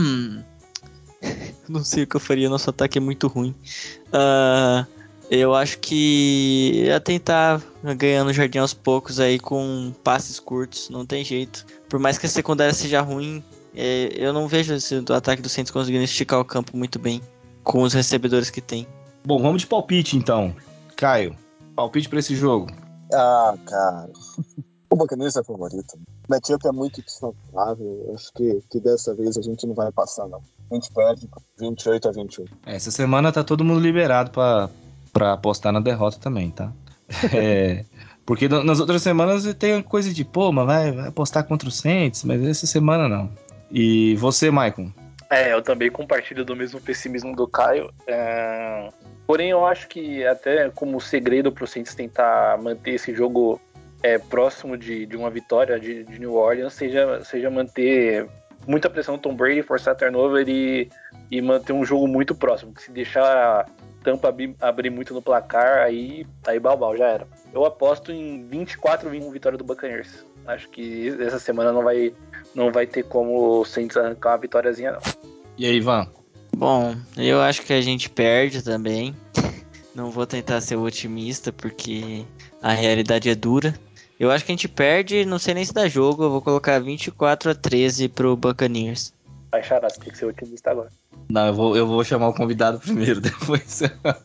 Speaker 4: não sei o que eu faria, nosso ataque é muito ruim. Uh, eu acho que ia tentar ganhando jardim aos poucos aí com passes curtos, não tem jeito. Por mais que a secundária seja ruim, é, eu não vejo esse, o ataque do Saints conseguindo esticar o campo muito bem com os recebedores que tem.
Speaker 3: Bom, vamos de palpite então. Caio, palpite pra esse jogo.
Speaker 6: Ah, cara. O Buccaneers é favorito. O matchup é muito desfavorável. Acho que, que dessa vez a gente não vai passar, não. A gente perde vinte e oito a vinte e um.
Speaker 3: É, essa semana tá todo mundo liberado pra, pra apostar na derrota também, tá? É, porque nas outras semanas tem coisa de, pô, mas vai, vai apostar contra o Saints, mas essa semana não. E você, Maicon?
Speaker 5: É, eu também compartilho do mesmo pessimismo do Caio. É... Porém, eu acho que até como segredo pro Saints tentar manter esse jogo é, próximo de, de uma vitória de, de New Orleans, seja, seja manter muita pressão no Tom Brady, forçar turnover e, e manter um jogo muito próximo. Que se deixar a Tampa abrir, abrir muito no placar, aí, aí balbal, já era. Eu aposto em vinte e quatro a vinte e um vitória do Buccaneers. Acho que essa semana não vai, não vai ter como o Saints arrancar uma vitóriazinha, não.
Speaker 3: E aí, Ivan?
Speaker 4: Bom, eu acho que a gente perde também. Não vou tentar ser otimista porque a realidade é dura. Eu acho que a gente perde, não sei nem se dá jogo. Eu vou colocar vinte e quatro a treze pro Buccaneers.
Speaker 5: Vai, Xará, você tem que ser otimista agora.
Speaker 3: Não, eu vou, eu vou chamar o convidado primeiro, depois.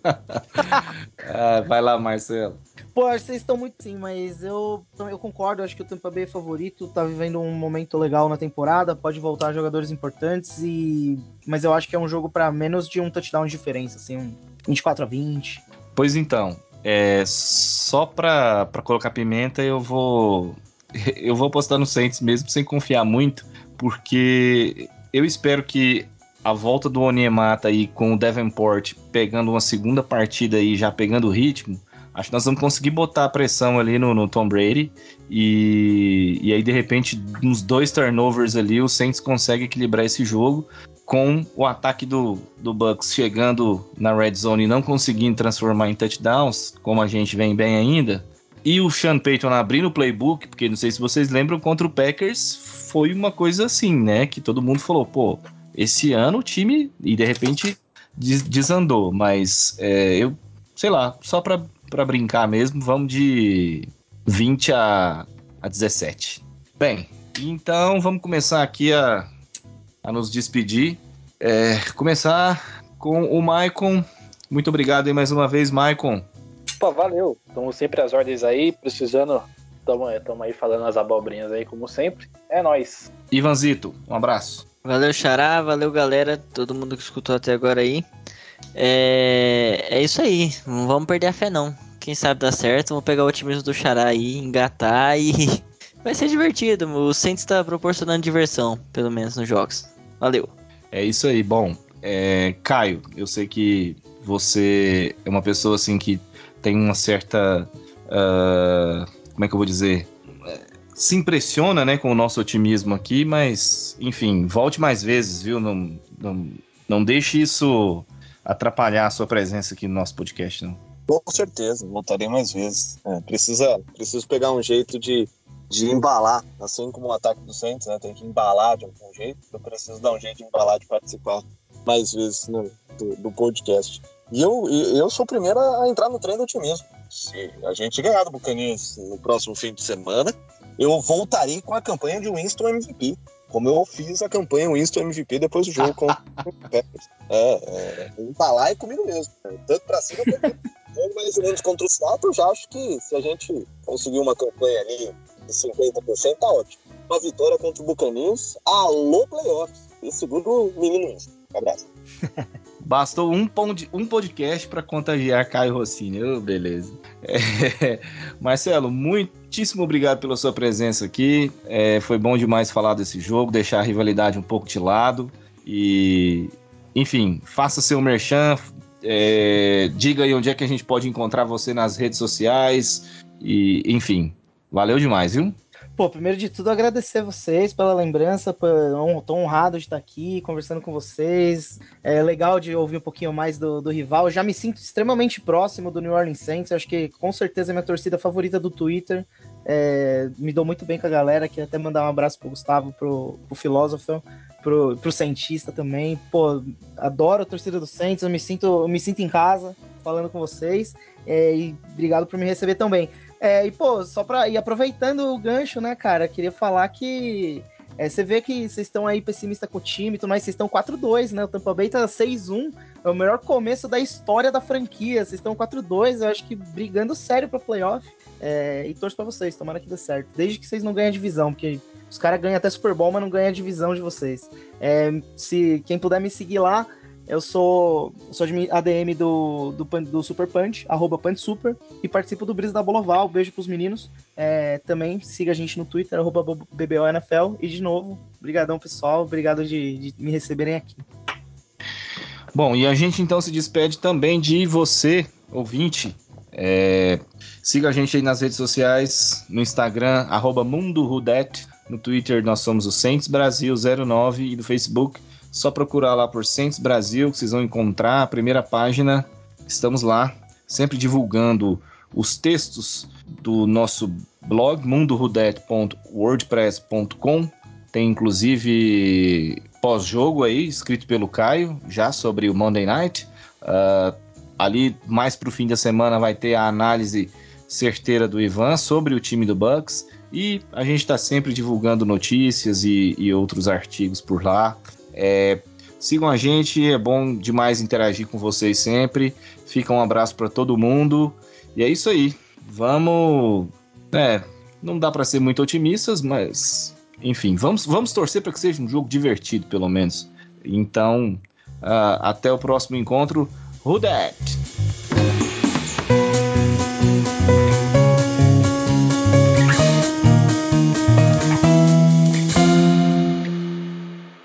Speaker 3: Ah, vai lá, Marcelo.
Speaker 7: Pô, acho que vocês estão muito sim, mas eu, eu concordo, acho que o Tampa Bay é favorito, tá vivendo um momento legal na temporada, pode voltar jogadores importantes, e mas eu acho que é um jogo para menos de um touchdown de diferença, assim, um vinte e quatro a vinte.
Speaker 3: Pois então, é, só pra, pra colocar pimenta, eu vou eu vou apostar no Saints mesmo, sem confiar muito, porque eu espero que a volta do Onyemata aí com o Davenport pegando uma segunda partida aí, já pegando o ritmo, acho que nós vamos conseguir botar a pressão ali no, no Tom Brady e, e aí, de repente, uns dois turnovers ali, o Saints consegue equilibrar esse jogo com o ataque do, do Bucks chegando na red zone e não conseguindo transformar em touchdowns, como a gente vem bem ainda, e o Sean Payton abrindo o playbook, porque não sei se vocês lembram, contra o Packers foi uma coisa assim, né, que todo mundo falou, pô, esse ano o time, e de repente des- desandou, mas é, eu, sei lá, só pra, pra brincar mesmo, vamos de vinte a dezessete. Bem, então vamos começar aqui a, a nos despedir. É, começar com o Maicon. Muito obrigado aí mais uma vez, Maicon.
Speaker 5: Pô, valeu. Estamos sempre às ordens aí, precisando. Estamos aí falando as abobrinhas aí, como sempre. É nóis.
Speaker 3: Ivanzito, um abraço.
Speaker 4: Valeu, Xará, valeu, galera, todo mundo que escutou até agora aí. É, é isso aí, não vamos perder a fé não. Quem sabe dá certo, vamos pegar o otimismo do Xará aí, engatar e vai ser divertido. O Saints tá proporcionando diversão, pelo menos nos jogos. Valeu.
Speaker 3: É isso aí. Bom, é, Caio, eu sei que você é uma pessoa assim que tem uma certa, uh, como é que eu vou dizer, se impressiona, né, com o nosso otimismo aqui, mas enfim, volte mais vezes, viu? Não, não, não deixe isso atrapalhar a sua presença aqui no nosso podcast, não.
Speaker 6: Com certeza, voltarei mais vezes. É, precisa, preciso pegar um jeito de, de embalar, assim como o ataque do Saints, né? Tem que embalar de algum jeito. Eu preciso dar um jeito de embalar, de participar mais vezes no, do, do podcast. E eu, eu sou o primeiro a entrar no trem do otimismo. Se a gente ganhar do Buccaneers no próximo fim de semana, eu voltarei com a campanha de Winston M V P. Como eu fiz a campanha Winston M V P depois do jogo com o Packers. É, é, embalar é comigo mesmo. Tanto pra cima quanto jogo mais ou menos contra os Falcons, já acho que se a gente conseguir uma campanha ali de cinquenta por cento, tá ótimo. Uma vitória contra o Buccaneers, alô playoffs. e segura o menino. Um abraço.
Speaker 3: Bastou um, pod, um podcast para contagiar Caio Rossini. Oh, beleza. É, Marcelo, muitíssimo obrigado pela sua presença aqui. É, foi bom demais falar desse jogo, deixar a rivalidade um pouco de lado. E, enfim, faça seu merchan. É, diga aí onde é que a gente pode encontrar você nas redes sociais. E, enfim, valeu demais, viu?
Speaker 7: Pô, primeiro de tudo, agradecer a vocês pela lembrança, tô honrado de estar aqui conversando com vocês, é legal de ouvir um pouquinho mais do, do rival, eu já me sinto extremamente próximo do New Orleans Saints, acho que com certeza é minha torcida favorita do Twitter, é, me dou muito bem com a galera, queria até mandar um abraço pro Gustavo, pro, pro Filósofo, pro, pro Cientista também, pô, adoro a torcida do Saints, eu me sinto, eu me sinto em casa falando com vocês, é, e obrigado por me receber tão bem. É, e, pô, só pra ir aproveitando o gancho, né, cara, queria falar que é, você vê que vocês estão aí pessimistas com o time, mas vocês estão quatro a dois, né? O Tampa Bay tá seis a um, é o melhor começo da história da franquia. Vocês estão quatro a dois, eu acho que brigando sério pra playoff. É, e torço pra vocês, tomara que dê certo. Desde que vocês não ganhem a divisão, porque os caras ganham até Super Bowl, mas não ganham a divisão de vocês. É, se quem puder me seguir lá, eu sou, sou A D M do, do, do Super Punch, arroba Punch Super, e participo do Brisa da Bola Oval. Beijo pros meninos. É, também siga a gente no Twitter, arroba B B O N F L. E de novo, brigadão pessoal, obrigado de, de me receberem aqui.
Speaker 3: Bom, e a gente então se despede também de você, ouvinte. É, siga a gente aí nas redes sociais, no Instagram, arroba Mundo Rudet, no Twitter nós somos o Saints Brasil zero nove e no Facebook só procurar lá por Saints Brasil que vocês vão encontrar a primeira página. Estamos lá, sempre divulgando os textos do nosso blog, mundo rudet ponto wordpress ponto com. Tem inclusive pós-jogo aí, escrito pelo Caio, já sobre o Monday Night. Uh, ali, mais para o fim da semana, vai ter a análise certeira do Ivan sobre o time do Bucks. E a gente está sempre divulgando notícias e, e outros artigos por lá. É, sigam a gente, é bom demais interagir com vocês sempre. Fica um abraço para todo mundo. E é isso aí. Vamos... É, não dá para ser muito otimistas, mas... Enfim, vamos, vamos torcer para que seja um jogo divertido, pelo menos. Então, uh, até o próximo encontro. Who dat?